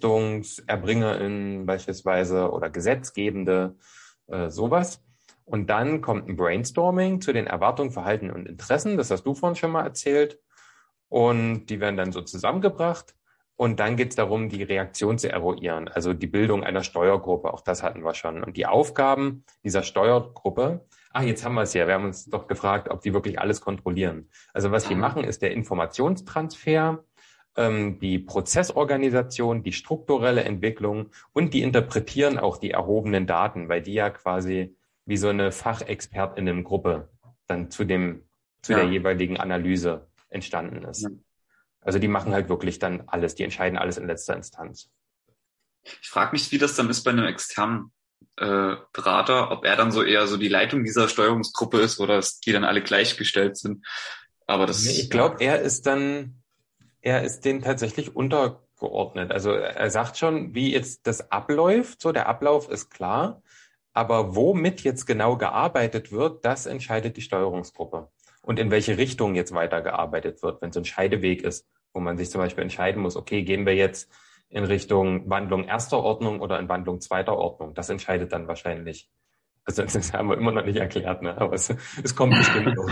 LeistungserbringerInnen beispielsweise oder Gesetzgebende, äh, sowas. Und dann kommt ein Brainstorming zu den Erwartungen, Verhalten und Interessen. Das hast du vorhin schon mal erzählt. Und die werden dann so zusammengebracht. Und dann geht es darum, die Reaktion zu eruieren, also die Bildung einer Steuergruppe. Auch das hatten wir schon. Und die Aufgaben dieser Steuergruppe, ah, jetzt haben wir es ja. Wir haben uns doch gefragt, ob die wirklich alles kontrollieren. Also was die machen, ist der Informationstransfer, ähm, die Prozessorganisation, die strukturelle Entwicklung und die interpretieren auch die erhobenen Daten, weil die ja quasi wie so eine FachexpertInnen-Gruppe dann zu dem, zu Ja. der jeweiligen Analyse entstanden ist. Ja. Also die machen halt wirklich dann alles, die entscheiden alles in letzter Instanz. Ich frage mich, wie das dann ist bei einem externen äh, Berater, ob er dann so eher so die Leitung dieser Steuerungsgruppe ist oder dass die dann alle gleichgestellt sind. Aber das. Ich glaube, er ist dann, er ist denen tatsächlich untergeordnet. Also er sagt schon, wie jetzt das abläuft. So, der Ablauf ist klar. Aber womit jetzt genau gearbeitet wird, das entscheidet die Steuerungsgruppe. Und in welche Richtung jetzt weitergearbeitet wird, wenn es ein Scheideweg ist, wo man sich zum Beispiel entscheiden muss, okay, gehen wir jetzt in Richtung Wandlung erster Ordnung oder in Wandlung zweiter Ordnung. Das entscheidet dann wahrscheinlich. Also das haben wir immer noch nicht erklärt, ne? Aber es, es kommt bestimmt noch.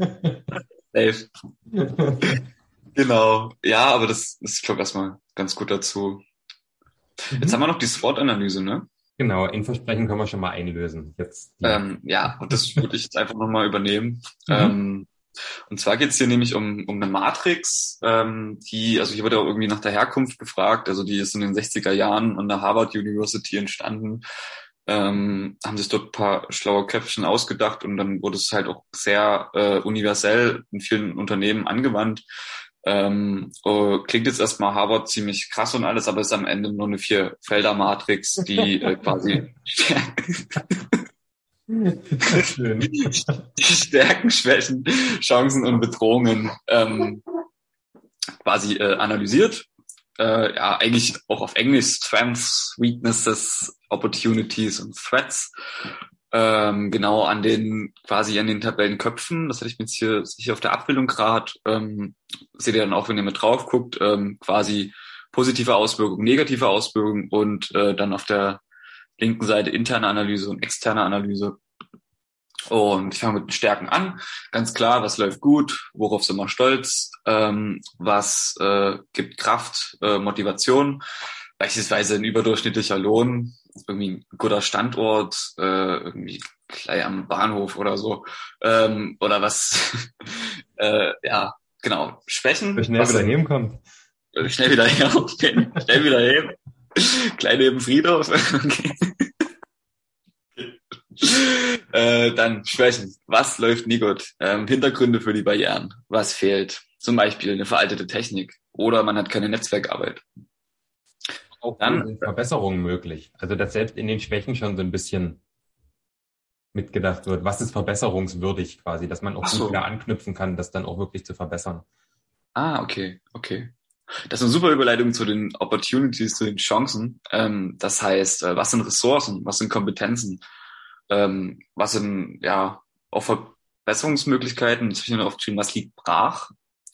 Safe. Genau. Ja, aber das ist, glaube ich, erstmal ganz gut dazu. Mhm. Jetzt haben wir noch die SWOT-Analyse, ne? Genau, ein Versprechen können wir schon mal einlösen. Jetzt ähm, ja, das würde ich jetzt einfach nochmal übernehmen. Mhm. Ähm, und zwar geht's hier nämlich um, um eine Matrix, ähm, die, also hier wird auch irgendwie nach der Herkunft gefragt, also die ist in den sechziger Jahren an der Harvard University entstanden, ähm, haben sich dort ein paar schlaue Köpfchen ausgedacht und dann wurde es halt auch sehr äh, universell in vielen Unternehmen angewandt. Ähm, oh, klingt jetzt erstmal Harvard ziemlich krass und alles, aber ist am Ende nur eine Vier-Felder-Matrix, die äh, quasi Schön. die Stärken, Schwächen, Chancen und Bedrohungen ähm, quasi äh, analysiert. Äh, ja, eigentlich auch auf Englisch Strengths, Weaknesses, Opportunities und Threats. Ähm, genau an den quasi an den Tabellenköpfen. Das hatte ich mir jetzt hier, hier auf der Abbildung gerade. Ähm, seht ihr dann auch, wenn ihr mit drauf guckt, ähm, quasi positive Auswirkungen, negative Auswirkungen und äh, dann auf der linken Seite interne Analyse und externe Analyse. Und ich fange mit den Stärken an. Ganz klar, was läuft gut, worauf sind wir stolz, ähm, was äh, gibt Kraft, äh, Motivation, beispielsweise ein überdurchschnittlicher Lohn, irgendwie ein guter Standort, äh, irgendwie gleich am Bahnhof oder so, ähm, oder was, äh, ja, genau, Schwächen. So schnell was wieder sind, hinkommt. Schnell wieder her, okay. Schnell wieder her. Klein neben Friedhof. Okay. Äh, dann Schwächen. Was läuft nie gut? Ähm, Hintergründe für die Barrieren. Was fehlt? Zum Beispiel eine veraltete Technik oder man hat keine Netzwerkarbeit. Auch Dann sind Verbesserungen möglich. Also dass selbst in den Schwächen schon so ein bisschen mitgedacht wird. Was ist verbesserungswürdig quasi, dass man auch Ach gut so. wieder anknüpfen kann, das dann auch wirklich zu verbessern. Ah, okay, okay. Das ist eine super Überleitung zu den Opportunities, zu den Chancen. Ähm, das heißt, äh, was sind Ressourcen? Was sind Kompetenzen? Ähm, was sind, ja, auch Verbesserungsmöglichkeiten? Ich habe oft geschrieben, was liegt brach?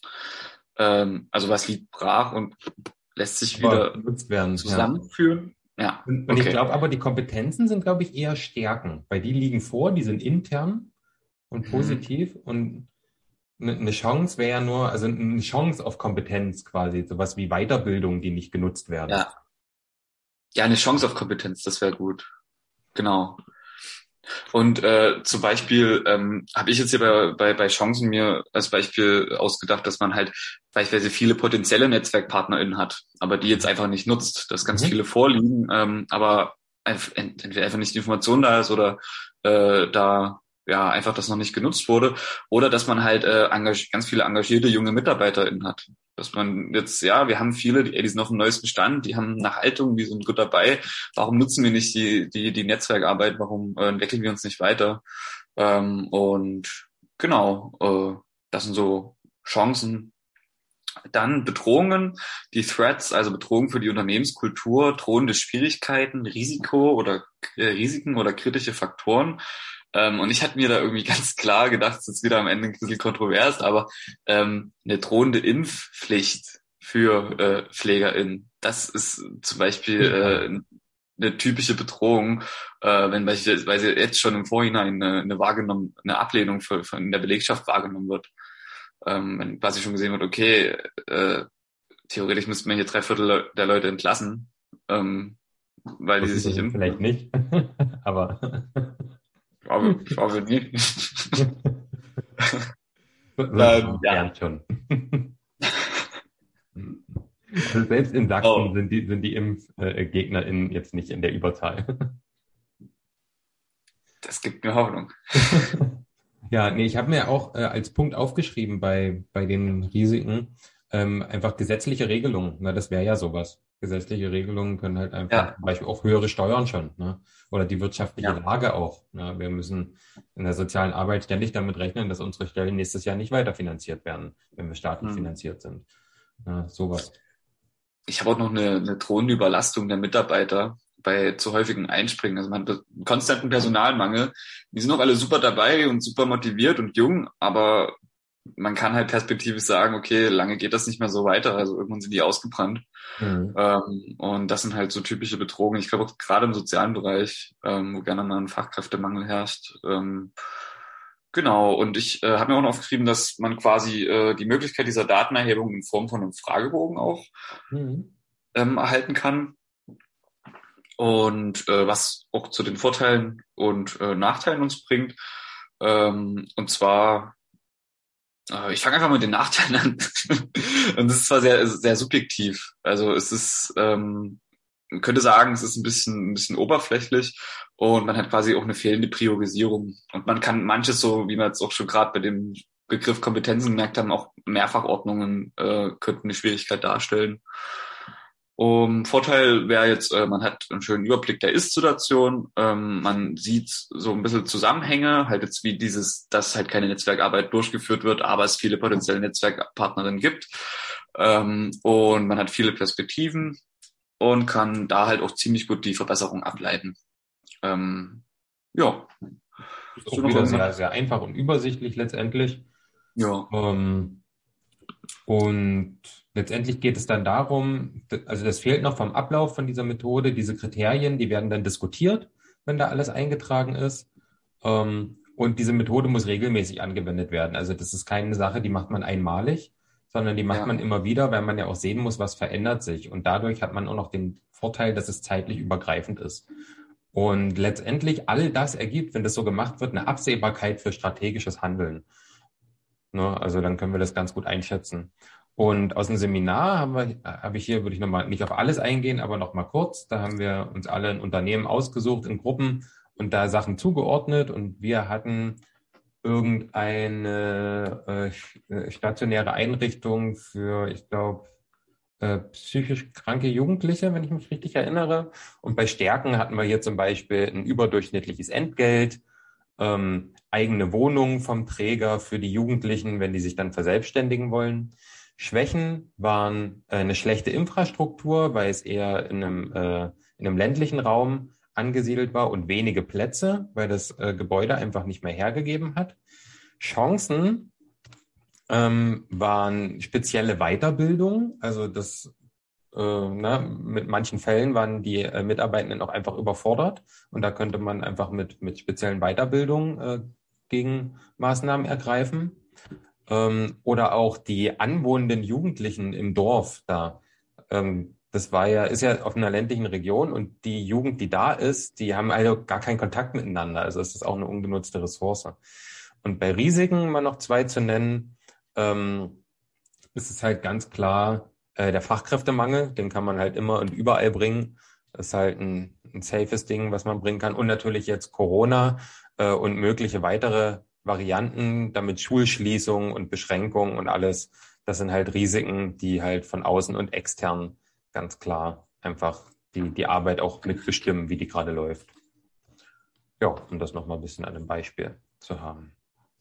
Ähm, also was liegt brach und lässt sich wieder genutzt werden, zusammenführen? Ja, ja. Und, und okay. ich glaube aber, die Kompetenzen sind, glaube ich, eher Stärken, weil die liegen vor, die sind intern und positiv. Mhm. Und eine, eine Chance wäre ja nur, also eine Chance auf Kompetenz quasi, sowas wie Weiterbildung, die nicht genutzt werden. Ja, ja, eine Chance auf Kompetenz, das wäre gut. Genau. Und äh, zum Beispiel ähm, habe ich jetzt hier bei, bei, bei Chancen mir als Beispiel ausgedacht, dass man halt beispielsweise viele potenzielle NetzwerkpartnerInnen hat, aber die jetzt einfach nicht nutzt, dass ganz mhm. viele vorliegen, ähm, aber entweder einfach nicht die Information da ist oder äh, da ja einfach das noch nicht genutzt wurde oder dass man halt äh, engag- ganz viele engagierte junge MitarbeiterInnen hat. Dass man jetzt, ja, wir haben viele, die, die sind auf dem neuesten Stand, die haben eine Haltung, die sind gut dabei. Warum nutzen wir nicht die die die Netzwerkarbeit? Warum äh, entwickeln wir uns nicht weiter? Ähm, und genau, äh, das sind so Chancen. Dann Bedrohungen, die Threats, also Bedrohungen für die Unternehmenskultur, drohende Schwierigkeiten, Risiko oder äh, Risiken oder kritische Faktoren. Ähm, und ich hatte mir da irgendwie ganz klar gedacht, es ist wieder am Ende ein bisschen kontrovers, aber ähm, eine drohende Impfpflicht für äh, PflegerInnen, das ist zum Beispiel äh, eine typische Bedrohung, äh, wenn beispielsweise jetzt schon im Vorhinein eine, eine wahrgenommen, eine Ablehnung für, von der Belegschaft wahrgenommen wird. Ähm, wenn quasi schon gesehen wird, okay, äh, theoretisch müssten wir hier drei Viertel der Leute entlassen, ähm, weil die sich nicht impfen. Vielleicht nicht, aber ich glaube, ich glaube nicht. ähm, ja, schon. Also selbst in Sachsen oh. sind die, sind die ImpfgegnerInnen jetzt nicht in der Überzahl. Das gibt mir Hoffnung. Ja, nee, ich habe mir auch äh, als Punkt aufgeschrieben bei bei den Risiken ähm, einfach gesetzliche Regelungen. Na, das wäre ja sowas. Gesetzliche Regelungen können halt einfach ja. zum Beispiel auch höhere Steuern schon, ne? Oder die wirtschaftliche ja. Lage auch. Ne? Wir müssen in der sozialen Arbeit ständig damit rechnen, dass unsere Stellen nächstes Jahr nicht weiterfinanziert werden, wenn wir staatlich mhm. finanziert sind. Ja, sowas. Ich habe auch noch eine, eine drohende Überlastung der Mitarbeiter bei zu häufigen Einspringen. Also man hat einen konstanten Personalmangel. Die sind auch alle super dabei und super motiviert und jung, aber man kann halt perspektivisch sagen, okay, lange geht das nicht mehr so weiter. Also irgendwann sind die ausgebrannt. Mhm. Ähm, und das sind halt so typische Bedrohungen. Ich glaube auch gerade im sozialen Bereich, ähm, wo gerne mal ein Fachkräftemangel herrscht. Ähm, genau. Und ich äh, habe mir auch noch aufgeschrieben, dass man quasi äh, die Möglichkeit dieser Datenerhebung in Form von einem Fragebogen auch mhm. ähm, erhalten kann. Und äh, was auch zu den Vorteilen und äh, Nachteilen uns bringt. Ähm, und zwar, äh, ich fange einfach mit den Nachteilen an. Und das ist zwar sehr, sehr subjektiv. Also es ist, ähm, man könnte sagen, es ist ein bisschen, ein bisschen oberflächlich und man hat quasi auch eine fehlende Priorisierung. Und man kann manches so, wie man jetzt auch schon gerade bei dem Begriff Kompetenzen gemerkt haben, auch Mehrfachordnungen äh, könnten eine Schwierigkeit darstellen. Um, Vorteil wäre jetzt, äh, man hat einen schönen Überblick der Ist-Situation, ähm, man sieht so ein bisschen Zusammenhänge, halt jetzt wie dieses, dass halt keine Netzwerkarbeit durchgeführt wird, aber es viele potenzielle Netzwerkpartnerinnen gibt, ähm, und man hat viele Perspektiven und kann da halt auch ziemlich gut die Verbesserung ableiten. Ähm, ja. Das ist auch wieder sehr, sehr einfach und übersichtlich letztendlich. Ja. Ähm, und letztendlich geht es dann darum, also das fehlt noch vom Ablauf von dieser Methode, diese Kriterien, die werden dann diskutiert, wenn da alles eingetragen ist. Ähm, und diese Methode muss regelmäßig angewendet werden. Also das ist keine Sache, die macht man einmalig, sondern die macht Ja. man immer wieder, weil man ja auch sehen muss, was verändert sich. Und dadurch hat man auch noch den Vorteil, dass es zeitlich übergreifend ist. Und letztendlich all das ergibt, wenn das so gemacht wird, eine Absehbarkeit für strategisches Handeln. Ne, also dann können wir das ganz gut einschätzen. Und aus dem Seminar haben wir, habe ich hier, würde ich nochmal nicht auf alles eingehen, aber nochmal kurz. Da haben wir uns alle ein Unternehmen ausgesucht in Gruppen und da Sachen zugeordnet. Und wir hatten irgendeine äh, stationäre Einrichtung für, ich glaube, äh, psychisch kranke Jugendliche, wenn ich mich richtig erinnere. Und bei Stärken hatten wir hier zum Beispiel ein überdurchschnittliches Entgelt, ähm, eigene Wohnungen vom Träger für die Jugendlichen, wenn die sich dann verselbstständigen wollen. Schwächen waren äh, eine schlechte Infrastruktur, weil es eher in einem, äh, in einem ländlichen Raum angesiedelt war und wenige Plätze, weil das äh, Gebäude einfach nicht mehr hergegeben hat. Chancen ähm, waren spezielle Weiterbildung, also das äh, na, mit manchen Fällen waren die äh, Mitarbeitenden auch einfach überfordert und da könnte man einfach mit mit speziellen Weiterbildungen äh, gegen Maßnahmen ergreifen. Ähm, oder auch die anwohnenden Jugendlichen im Dorf da. Ähm, das war ja, ist ja auf einer ländlichen Region und die Jugend, die da ist, die haben also gar keinen Kontakt miteinander. Also es ist auch eine ungenutzte Ressource. Und bei Risiken mal noch zwei zu nennen, ähm, ist es halt ganz klar äh, der Fachkräftemangel, den kann man halt immer und überall bringen. Das ist halt ein, ein safes Ding, was man bringen kann. Und natürlich jetzt Corona äh, und mögliche weitere Varianten, damit Schulschließungen und Beschränkungen und alles, das sind halt Risiken, die halt von außen und extern ganz klar einfach die, die Arbeit auch mitbestimmen, wie die gerade läuft. Ja, um das nochmal ein bisschen an einem Beispiel zu haben.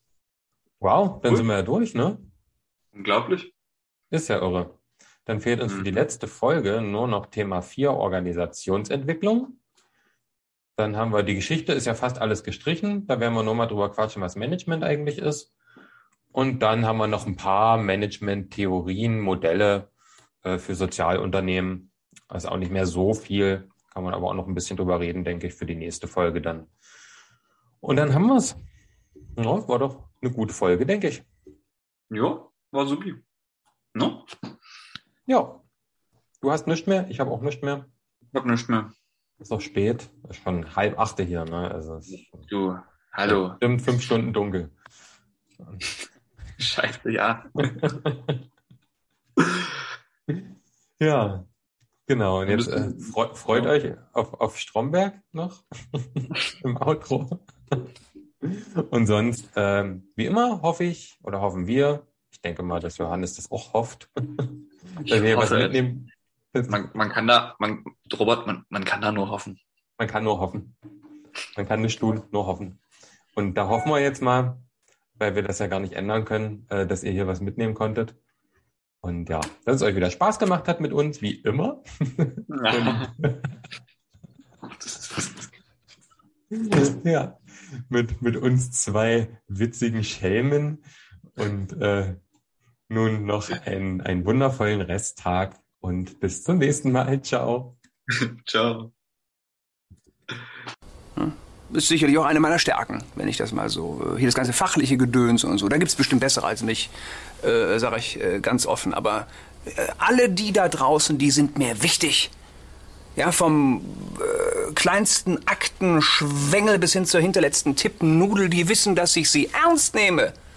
Wow, dann cool. Sind wir ja durch, ne? Unglaublich. Ist ja irre. Dann fehlt uns mhm. für die letzte Folge nur noch Thema vier, Organisationsentwicklung. Dann haben wir die Geschichte, ist ja fast alles gestrichen. Da werden wir nur mal drüber quatschen, was Management eigentlich ist. Und dann haben wir noch ein paar Management-Theorien, Modelle äh, für Sozialunternehmen. Also auch nicht mehr so viel. Kann man aber auch noch ein bisschen drüber reden, denke ich, für die nächste Folge dann. Und dann haben wir es. Ja, war doch eine gute Folge, denke ich. Ja, war super. No? Ja. Du hast nichts mehr, ich habe auch nichts mehr. Ich habe nichts mehr. Ist noch spät, ist schon halb achte hier, ne? Also du, hallo. Stimmt, fünf Stunden dunkel. Scheiße, ja. Ja, genau. Und jetzt äh, freut, freut ja. euch auf, auf Stromberg noch im Outro. Und sonst, ähm, wie immer, hoffe ich oder hoffen wir, ich denke mal, dass Johannes das auch hofft, dass wir was mitnehmen. Man, man kann da, man, Robert, man, man kann da nur hoffen. Man kann nur hoffen. Man kann nicht tun, nur hoffen. Und da hoffen wir jetzt mal, weil wir das ja gar nicht ändern können, äh, dass ihr hier was mitnehmen konntet. Und ja, dass es euch wieder Spaß gemacht hat mit uns, wie immer. Ja, mit, mit uns zwei witzigen Schelmen und äh, nun noch einen, einen wundervollen Resttag. Und bis zum nächsten Mal. Ciao. Ciao. Ist sicherlich auch eine meiner Stärken, wenn ich das mal so, hier das ganze fachliche Gedöns und so, da gibt es bestimmt bessere als mich, äh, sage ich äh, ganz offen. Aber äh, alle die da draußen, die sind mir wichtig. Ja, vom äh, kleinsten Aktenschwengel bis hin zur hinterletzten Tippnudel, die wissen, dass ich sie ernst nehme.